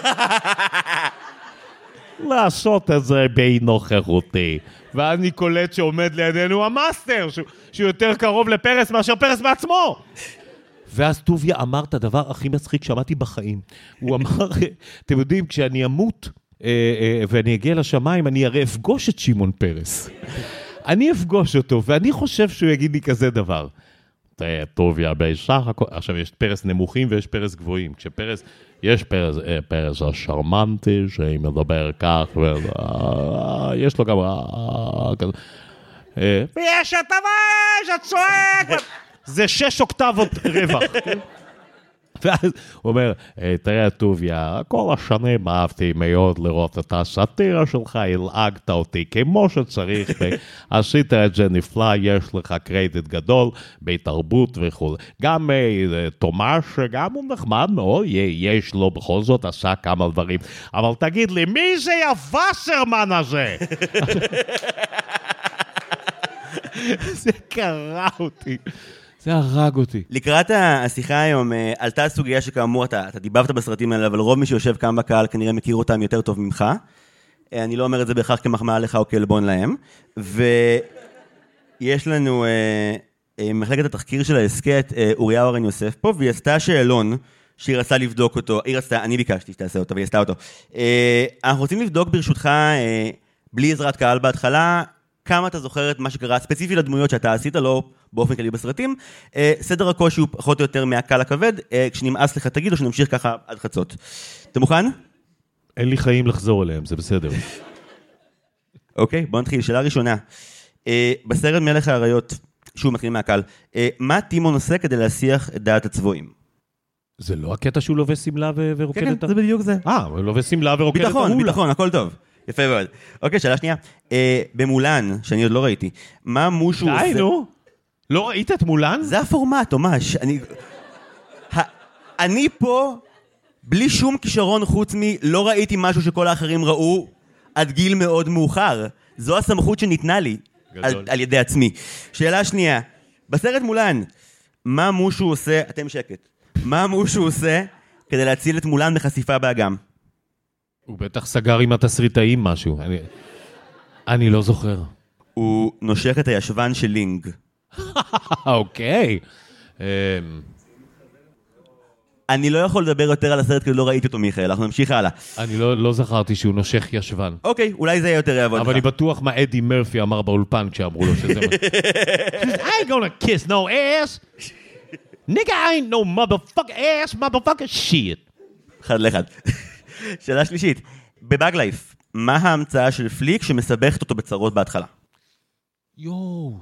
לעשות את זה בנוכחותי. ואז אני קולט שעומד לידינו המאסטר, שהוא, שהוא יותר קרוב לפרס מאשר פרס בעצמו. ואז טוביה אמר את הדבר הכי מצחיק שמעתי בחיים. הוא אמר, אתם יודעים, כשאני אמות אה, אה, ואני אגיע לשמיים, אני הרי אפגוש את שמעון פרס. אני אפגוש אותו, ואני חושב שהוא יגיד לי כזה דבר. תראה, טוביה, בישר הכל... עכשיו, יש פרס נמוכים ויש פרס גבוהים. כשפרס, יש פרס, אה, פרס השרמנטי, שהיא מדבר כך, ויש לו גם... כזה. ויש את הווש, את צועק! זה שש אוקטבות רווח. ואז הוא אומר, תראה טוביה, כל השנים אהבתי מאוד לראות את הסאטירה שלך, הלעגת אותי כמו שצריך, עשית את זה נפלא, יש לך קרדיט גדול, בתרבות וכו'. גם תומש, גם הוא נחמד מאוד, יש לו בכל זאת, עשה כמה דברים. אבל תגיד לי, מי זה הווסרמן הזה? זה קרה אותי. זה הרג אותי. לקראת השיחה היום, עלתה סוגיה שכאמור, אתה, אתה דיבבת בסרטים האלה, אבל רוב מי שיושב כאן בקהל כנראה מכיר אותם יותר טוב ממך. אני לא אומר את זה בהכרח כמחמאה לך או כלבון להם. ויש לנו מחלקת התחקיר של ההסקט, אוריה אורן יוסף פה, והיא עשתה שאלון שהיא רצתה לבדוק אותו. היא רצתה, אני ביקשתי שתעשה אותו, והיא עשתה אותו. אנחנו רוצים לבדוק ברשותך בלי עזרת קהל בהתחלה, כמה אתה זוכר את מה שקרה ספציפי לדמויות שאתה עשית, לא באופן כללי בסרטים. סדר הקושי הוא פחות או יותר מהקל הכבד, כשנמאס לך תגיד או שנמשיך ככה עד חצות. אתה מוכן? אין לי חיים לחזור אליהם, זה בסדר. אוקיי, בוא נתחיל. שאלה ראשונה. בסרט מלך האריות, שוב מתחילים מהקל, מה טימון עושה כדי להסיח את דעת הצבועים? זה לא הקטע שהוא לובש סמלה ורוקד כן, את כן, זה בדיוק זה. אה, הוא לובש סמלה ורוקד את ההולה. ביטחון, ביטחון, הכל טוב. יפה מאוד. אוקיי, שאלה שנייה. אה, במולן, שאני עוד לא ראיתי, מה מושו עושה... די, נו. לא ראית את מולן? זה הפורמט, ממש. אני... ה... אני פה, בלי שום כישרון חוץ מ... לא ראיתי משהו שכל האחרים ראו עד גיל מאוד מאוחר. זו הסמכות שניתנה לי על, על ידי עצמי. שאלה שנייה. בסרט מולן, מה מושו עושה... אתם שקט. מה מושו עושה כדי להציל את מולן מחשיפה באגם? הוא בטח סגר עם התסריטאים משהו. אני, אני לא זוכר. הוא נושך את הישבן של לינג. אוקיי. אני לא יכול לדבר יותר על הסרט כי לא ראיתי אותו, מיכאל. אנחנו נמשיך הלאה. אני לא, לא זכרתי שהוא נושך ישבן. אוקיי, אולי זה יהיה יותר יעבוד לך. אבל אני בטוח מה אדי מרפי אמר באולפן כשאמרו לו שזה מה. I ain't gonna kiss no ass. Nigga, I ain't no motherfucker ass, motherfucker shit. אחד לאחד. שאלה שלישית. בבאג לייף, מה ההמצאה של פליק שמסבכת אותו בצרות בהתחלה? יואו.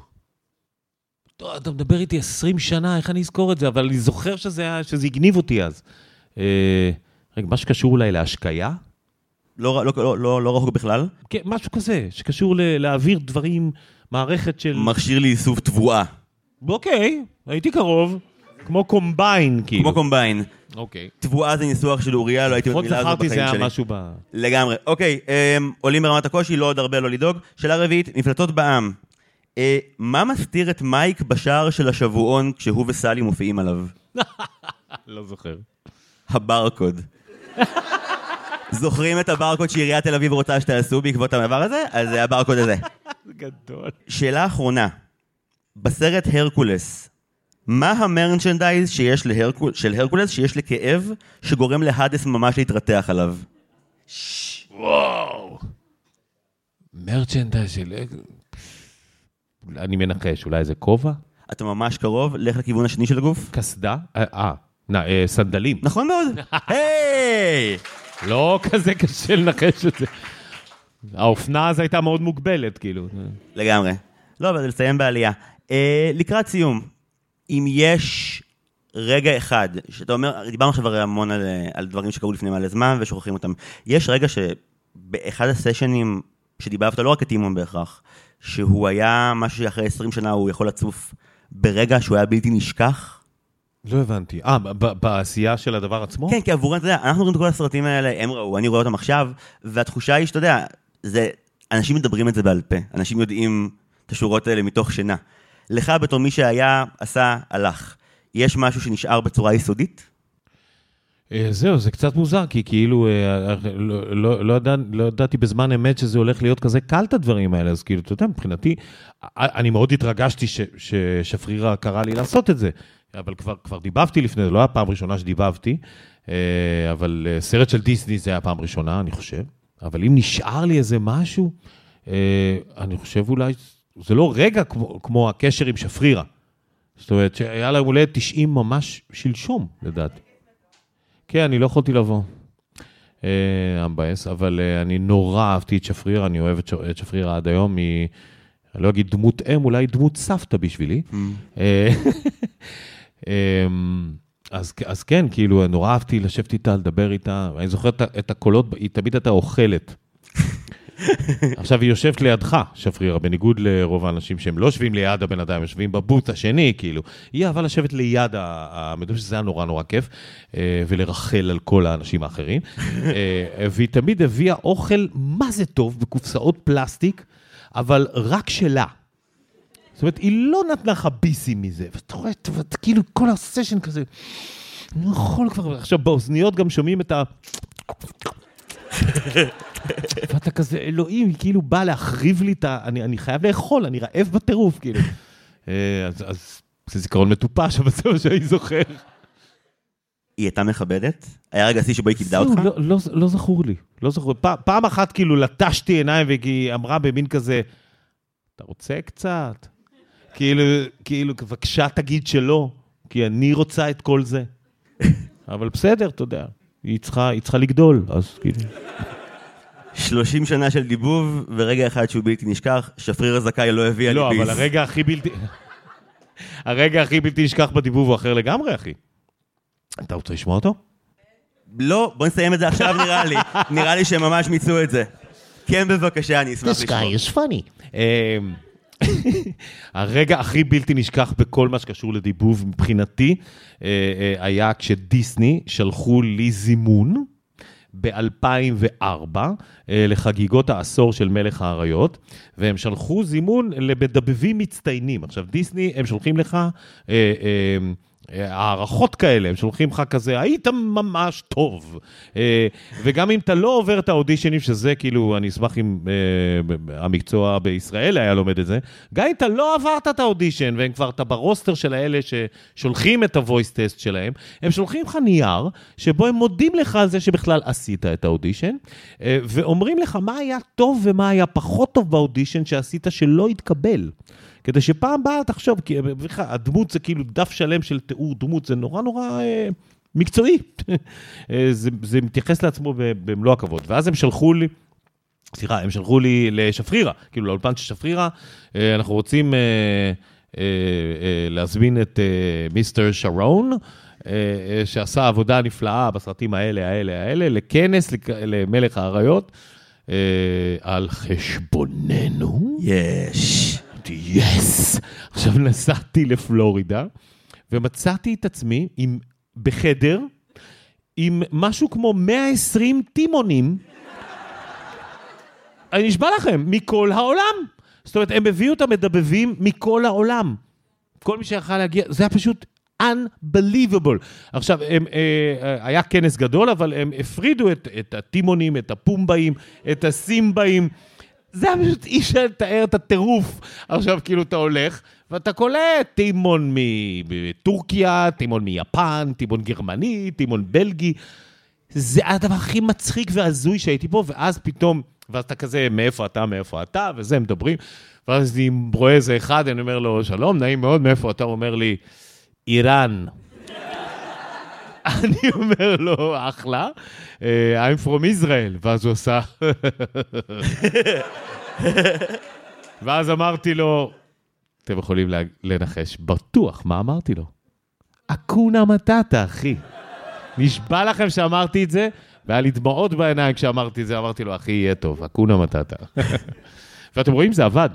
אתה מדבר איתי עשרים שנה, איך אני אזכור את זה? אבל אני זוכר שזה, שזה הגניב אותי אז. אה, רגע, מה שקשור אולי להשקיה? לא, לא, לא, לא, לא רחוק בכלל. כן, משהו כזה, שקשור ל- להעביר דברים, מערכת של... מכשיר לאיסוף תבואה. אוקיי, הייתי קרוב. כמו קומביין, כאילו. כמו קומביין. אוקיי. תבואה זה ניסוח של אוריה, לא הייתי לפחות במילה הזאת זכרתי בחיים זה שלי. היה משהו ב... לגמרי. אוקיי, אמ, עולים ברמת הקושי, לא עוד הרבה, לא לדאוג. שאלה רביעית, מפלטות בעם. אה, מה מסתיר את מייק בשער של השבועון כשהוא וסלי מופיעים עליו? לא זוכר. הברקוד. זוכרים את הברקוד שעיריית תל אביב רוצה שתעשו בעקבות המעבר הזה? אז זה הברקוד הזה. זה גדול. שאלה אחרונה. בסרט הרקולס, מה המרצ'נדייז שיש להרקול, של הרקולס שיש לכאב שגורם להדס ממש להתרתח עליו? וואו. מרצ'נדייז של... אני מנחש, אולי זה כובע? אתה ממש קרוב, לך לכיוון השני של הגוף. קסדה? אה, אה, סנדלים. נכון מאוד. היי! לא כזה קשה לנחש את זה. האופנה אז הייתה מאוד מוגבלת, כאילו. לגמרי. לא, אבל לסיים בעלייה. אה, לקראת סיום, אם יש רגע אחד, שאתה אומר, דיברנו עכשיו הרי המון על, על דברים שקרו לפני מלא זמן ושוכחים אותם, יש רגע שבאחד הסשנים שדיברת, לא רק את טימון בהכרח, שהוא היה משהו שאחרי עשרים שנה הוא יכול לצוף ברגע שהוא היה בלתי נשכח? לא הבנתי. אה, בעשייה של הדבר עצמו? כן, כי עבורנו, אתה יודע, אנחנו רואים את כל הסרטים האלה, הם ראו, אני רואה אותם עכשיו, והתחושה היא שאתה יודע, זה, אנשים מדברים את זה בעל פה, אנשים יודעים את השורות האלה מתוך שינה. לך בתור מי שהיה, עשה, הלך. יש משהו שנשאר בצורה יסודית? זהו, זה קצת מוזר, כי כאילו, לא, לא, לא, ידע, לא ידעתי בזמן אמת שזה הולך להיות כזה קל את הדברים האלה, אז כאילו, אתה יודע, מבחינתי, אני מאוד התרגשתי ש, ששפרירה קרא לי לעשות את זה, אבל כבר, כבר דיבבתי לפני, זה לא היה פעם ראשונה שדיבבתי, אבל סרט של דיסני זה היה פעם ראשונה, אני חושב, אבל אם נשאר לי איזה משהו, אני חושב אולי, זה לא רגע כמו, כמו הקשר עם שפרירה, זאת אומרת, שהיה להם אולי תשעים ממש שלשום, לדעתי. כן, אני לא יכולתי לבוא, אמבאס, אבל אני נורא אהבתי את שפרירה, אני אוהב את שפרירה עד היום, אני לא אגיד דמות אם, אולי דמות סבתא בשבילי. אז כן, כאילו, נורא אהבתי לשבת איתה, לדבר איתה, אני זוכר את הקולות, היא תמיד הייתה אוכלת. עכשיו היא יושבת לידך, שפרירה, בניגוד לרוב האנשים שהם לא יושבים ליד הבן אדם, יושבים בבוט השני, כאילו. היא אהבה לשבת ליד המדום, שזה היה נורא נורא כיף, ולרחל על כל האנשים האחרים. והיא תמיד הביאה אוכל מה זה טוב, בקופסאות פלסטיק, אבל רק שלה. זאת אומרת, היא לא נתנה לך ביסים מזה, ואתה רואה, כאילו כל הסשן כזה, אני לא יכול כבר, עכשיו באוזניות גם שומעים את ה... ואתה כזה, אלוהים, היא כאילו באה להחריב לי את ה... אני, אני חייב לאכול, אני רעב בטירוף, כאילו. אז, אז זה זיכרון מטופש, אבל זה מה שאני זוכר. היא הייתה מכבדת? היה רגע שיא שבו היא כיבדה אותך? לא, לא, לא זכור לי, לא זכור. פעם, פעם אחת כאילו לטשתי עיניים והיא אמרה במין כזה, אתה רוצה קצת? כאילו, כאילו, בבקשה תגיד שלא, כי אני רוצה את כל זה. אבל בסדר, אתה יודע, היא צריכה, היא צריכה לגדול, אז כאילו... שלושים שנה של דיבוב, ורגע אחד שהוא בלתי נשכח, שפריר הזכאי לא הביא לא, אליביס. אבל הרגע הכי בלתי... הרגע הכי בלתי נשכח בדיבוב הוא אחר לגמרי, אחי. אתה רוצה לשמוע אותו? לא, בוא נסיים את זה עכשיו נראה לי. נראה לי שהם ממש מיצו את זה. כן, בבקשה, אני אשמח This לשמוע. guy is funny. הרגע הכי בלתי נשכח בכל מה שקשור לדיבוב מבחינתי, היה כשדיסני שלחו לי זימון, ב-אלפיים וארבע, לחגיגות העשור של מלך האריות, והם שלחו זימון למדבבים מצטיינים. עכשיו, דיסני, הם שולחים לך אה, אה, הערכות כאלה, הם שולחים לך כזה, היית ממש טוב. אה, וגם אם אתה לא עובר את האודישנים, שזה כאילו, אני אשמח אם אה, המקצוע בישראל היה לומד את זה, גם אם אתה לא עברת את האודישן, והם כבר אתה ברוסטר של האלה ששולחים את הוויס טסט שלהם, הם שולחים לך נייר, שבו הם מודים לך על זה שבכלל עשית את האודישן, אה, ואומרים לך מה היה טוב ומה היה פחות טוב באודישן שעשית שלא התקבל. כדי שפעם באה תחשוב, כי הדמות זה כאילו דף שלם של תיאור דמות, זה נורא נורא אה, מקצועי. זה, זה מתייחס לעצמו במלוא הכבוד. ואז הם שלחו לי, סליחה, הם שלחו לי לשפרירה, כאילו לאולפן של שפרירה, אה, אנחנו רוצים אה, אה, אה, להזמין את אה, מיסטר שרון, אה, אה, שעשה עבודה נפלאה בסרטים האלה, האלה, האלה, לכנס למלך האריות, אה, על חשבוננו. יש. יס. עכשיו נסעתי לפלורידה, ומצאתי את עצמי עם, בחדר, עם משהו כמו מאה ועשרים טימונים, אני נשבע לכם, מכל העולם. זאת אומרת, הם הביאו את המדבבים מכל העולם. כל מי שיכל להגיע, זה היה פשוט unbelievable. עכשיו, הם, אה, היה כנס גדול, אבל הם הפרידו את, את הטימונים, את הפומבאים, את הסימבאים, זה היה פשוט אי אפשר לתאר את הטירוף. עכשיו כאילו אתה הולך, ואתה קולט טימון מטורקיה, טימון מיפן, טימון גרמני, טימון בלגי. זה הדבר הכי מצחיק והזוי שהייתי פה, ואז פתאום, ואז אתה כזה, מאיפה אתה, מאיפה אתה, וזה הם מדברים, ואז אני רואה איזה אחד, אני אומר לו, שלום, נעים מאוד, מאיפה אתה? הוא אומר לי, איראן. אני אומר לו, אחלה, I'm from Israel, ואז הוא עושה, ואז אמרתי לו, אתם יכולים לנחש, בטוח, מה אמרתי לו? אקונה מטאטה, אחי. נשבע לכם שאמרתי את זה, והיה לי דמעות בעיניים כשאמרתי את זה, אמרתי לו, אחי, יהיה טוב, אקונה מטאטה. ואתם רואים, זה עבד.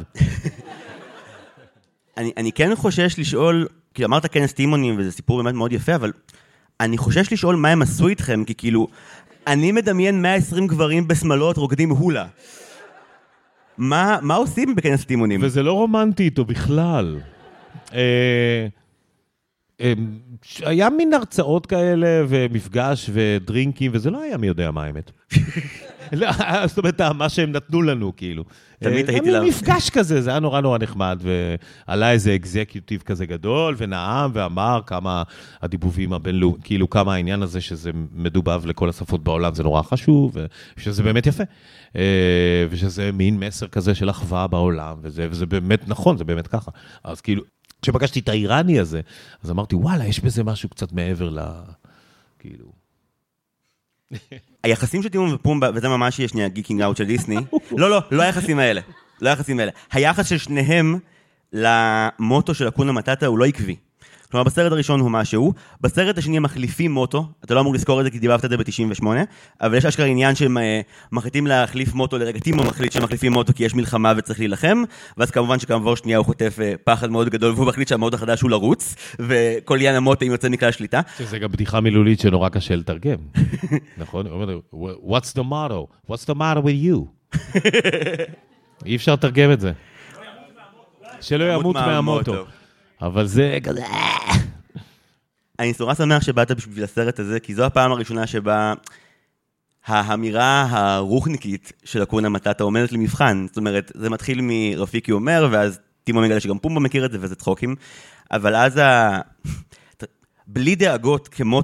אני, אני כן חושש לשאול, כי אמרת כנס טימונים, וזה סיפור באמת מאוד יפה, אבל אני חושש לשאול מה הם עשו איתכם, כי כאילו, אני מדמיין מאה ועשרים גברים בסמלות רוקדים הולה. מה, מה עושים בכנס טימונים? וזה לא רומנטי איתו בכלל. אה, אה, היה מין הרצאות כאלה, ומפגש ודרינקים, וזה לא היה מי יודע מה האמת. זאת אומרת, מה שהם נתנו לנו, כאילו. תמיד הייתי לה... מפגש כזה, זה היה נורא נורא נחמד, ועלה איזה אקזקיוטיב כזה גדול, ונעם ואמר כמה הדיבובים הבינלאומיים, כאילו כמה העניין הזה שזה מדובב לכל השפות בעולם, זה נורא חשוב, ושזה באמת יפה. ושזה מין מסר כזה של אחווה בעולם, וזה, וזה באמת נכון, זה באמת ככה. אז כאילו, כשפגשתי את האיראני הזה, אז אמרתי, וואלה, יש בזה משהו קצת מעבר ל... כאילו... היחסים של טימון ופומבה, וזה ממש יש שנייה גיקינג אאוט של דיסני, לא, לא, לא היחסים האלה, לא היחסים האלה. היחס של שניהם למוטו של אקונה מטאטה הוא לא עקבי. כלומר, בסרט הראשון הוא משהו, בסרט השני הם מחליפים מוטו, אתה לא אמור לזכור את זה כי דיבבת את זה ב-תשעים ושמונה, אבל יש אשכרה עניין שהם מחליטים להחליף מוטו לרגע, טימו מחליט שמחליפים מוטו כי יש מלחמה וצריך להילחם, ואז כמובן שכמובן שנייה הוא חוטף פחד מאוד גדול, והוא מחליט שהמוטו החדש הוא לרוץ, וכל עניין המוטו יוצא מכלל שליטה. שזה גם בדיחה מילולית שנורא קשה לתרגם. נכון? What's the motto? What's the matter with you? אי אפשר לתרגם את זה. שלא ימות מהמוטו. אבל זה כזה... אני נורא שמח שבאת בשביל הסרט הזה, כי זו הפעם הראשונה שבה האמירה הרוחניקית של אקונה מטאטה עומדת למבחן. זאת אומרת, זה מתחיל מרפיקי אומר, ואז טימו מגלה שגם פומבה מכיר את זה, וזה צחוקים. אבל אז ה... בלי דאגות כמוטו,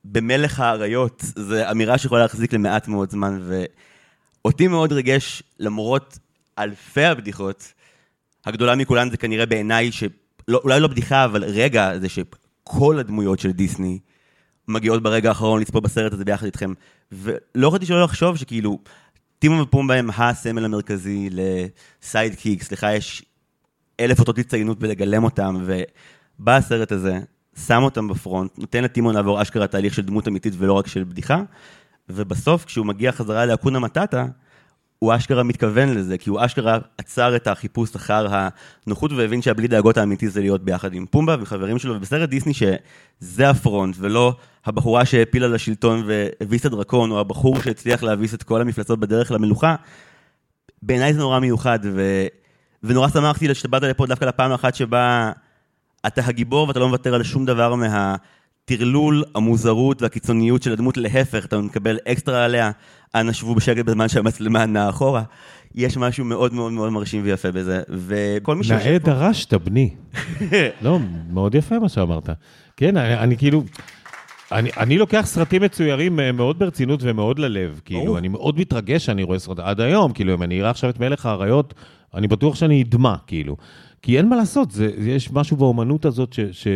במלך האריות, זו אמירה שיכולה להחזיק למעט מאוד זמן, ואותי מאוד ריגש, למרות אלפי הבדיחות, הגדולה מכולן זה כנראה בעיניי, שאולי לא בדיחה, אבל רגע, זה שכל הדמויות של דיסני מגיעות ברגע האחרון לצפות בסרט הזה ביחד איתכם, ולא יכולתי שלא לחשוב שכאילו, טימון ופומבה הם הסמל המרכזי לסייד קיק, סליחה, יש אלף אותות הצטיינות בלגלם אותם, ובא הסרט הזה, שם אותם בפרונט, נותן לטימון לעבור אשכרה תהליך של דמות אמיתית ולא רק של בדיחה, ובסוף כשהוא מגיע חזרה לאקונה מטאטה, הוא אשכרה מתכוון לזה, כי הוא אשכרה עצר את החיפוש אחר הנוחות, והבין שהבלי דאגות האמיתי זה להיות ביחד עם פומבה וחברים שלו, ובסרט דיסני שזה הפרונט, ולא הבחורה שהפילה לשלטון והביס את הדרקון, או הבחור שהצליח להביס את כל המפלצות בדרך למלוכה, בעיניי זה נורא מיוחד, ו... ונורא שמחתי שתבאת לפה דווקא לפעם האחת שבה אתה הגיבור, ואתה לא מוותר על שום דבר מהטרלול, המוזרות והקיצוניות של הדמות, להפך, אתה מקבל אקסטרה עליה, אנא שבו בשקט בזמן שהמצלמה נעה אחורה. יש משהו מאוד מאוד מאוד מרשים ויפה בזה, וכל מי שיושב פה... נאה דרשת, בני. לא, מאוד יפה מה שאמרת. כן, אני, אני כאילו... אני, אני לוקח סרטים מצוירים מאוד ברצינות ומאוד ללב, כאילו, אני מאוד מתרגש שאני רואה סרט עד היום, כאילו, אם אני אראה עכשיו את מלך האריות, אני בטוח שאני אדמה, כאילו. כי אין מה לעשות, זה, יש משהו באומנות הזאת ש... ש...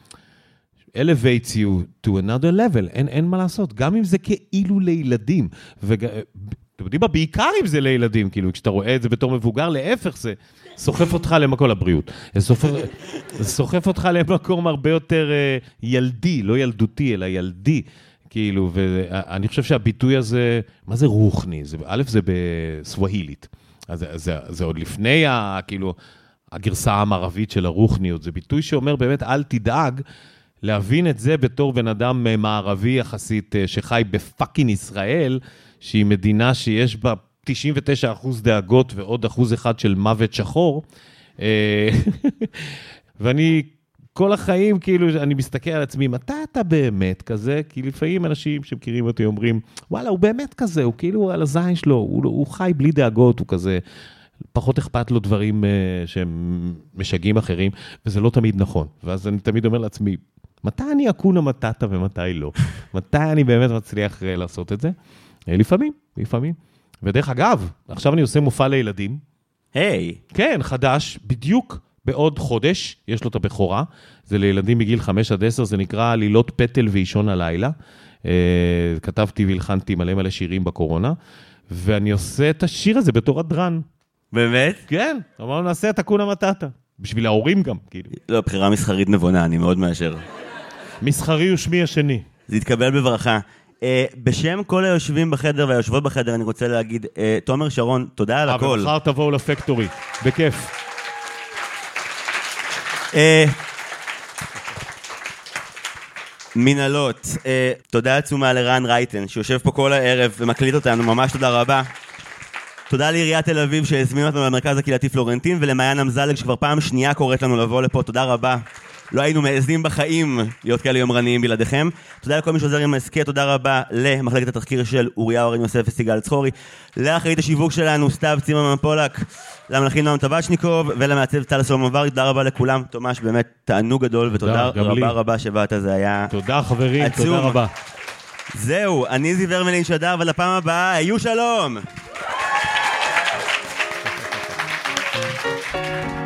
elevates you to another level, אין, אין מה לעשות, גם אם זה כאילו לילדים, ואתם יודעים מה, בעיקר אם זה לילדים, כאילו, כשאתה רואה את זה בתור מבוגר, להפך זה סוחף אותך למקום לבריאות, זה סוחף אותך למקום הרבה יותר ילדי, לא ילדותי, אלא ילדי, כאילו, ואני חושב שהביטוי הזה, מה זה רוחני? זה, א', זה בסווהילית, אז זה, זה, זה עוד לפני, ה, כאילו, הגרסה המערבית של הרוחניות, זה ביטוי שאומר באמת, אל תדאג, להבין את זה בתור בן אדם מערבי יחסית שחי בפאקינג ישראל, שהיא מדינה שיש בה תשעים ותשעה אחוז דאגות ועוד אחוז אחד של מוות שחור. ואני כל החיים כאילו אני מסתכל על עצמי, מתי אתה באמת כזה? כי לפעמים אנשים שמכירים אותי אומרים, וואלה, הוא באמת כזה, הוא כאילו על הזין שלו, הוא, הוא חי בלי דאגות, הוא כזה, פחות אכפת לו דברים שהם משגעים אחרים, וזה לא תמיד נכון. ואז אני תמיד אומר לעצמי, מתי אני אקונה מטאטה ומתי לא? מתי אני באמת מצליח לעשות את זה? לפעמים, לפעמים. ודרך אגב, עכשיו אני עושה מופע לילדים. היי. כן, חדש, בדיוק בעוד חודש, יש לו את הבכורה. זה לילדים בגיל חמש עד עשר, זה נקרא לילות פטל ואישון הלילה. כתבתי והלחנתי מלא מלא שירים בקורונה, ואני עושה את השיר הזה בתור הדרן. באמת? כן, אמרנו נעשה את אקונה מטאטה. בשביל ההורים גם, כאילו. לא, בחירה מסחרית נבונה, אני מאוד מאשר. מסחרי ושמי השני. זה יתקבל בברכה. Uh, בשם כל היושבים בחדר והיושבות בחדר, אני רוצה להגיד, uh, תומר שרון, תודה על הכל. ומחר תבואו לפקטורי, בכיף. Uh, מנהלות, uh, תודה עצומה לרן רייטן, שיושב פה כל הערב ומקליט אותנו, ממש תודה רבה. תודה לעיריית תל אביב שהזמין אותנו למרכז הקהילתי פלורנטין, ולמעיין אמזלג שכבר פעם שנייה קוראת לנו לבוא לפה, תודה רבה. לא היינו מעזים בחיים להיות כאלה יומרניים בלעדיכם. תודה לכל מי שעוזר עם ההסכת, תודה רבה למחלקת התחקיר של אוריה אורן יוסף וסיגל צחורי, לאחראית השיווק שלנו, סתיו צימרמן פולק, למלחין נועם טבצ'ניקוב, ולמעצב טל סולומון ורדי, תודה רבה לכולם, תומש, באמת תענוג גדול, ותודה רבה רבה שבאת, זה היה תודה חברים, עצום. תודה רבה. זהו, אני זיוור מלין שדר, ולפעם הבאה, היו שלום!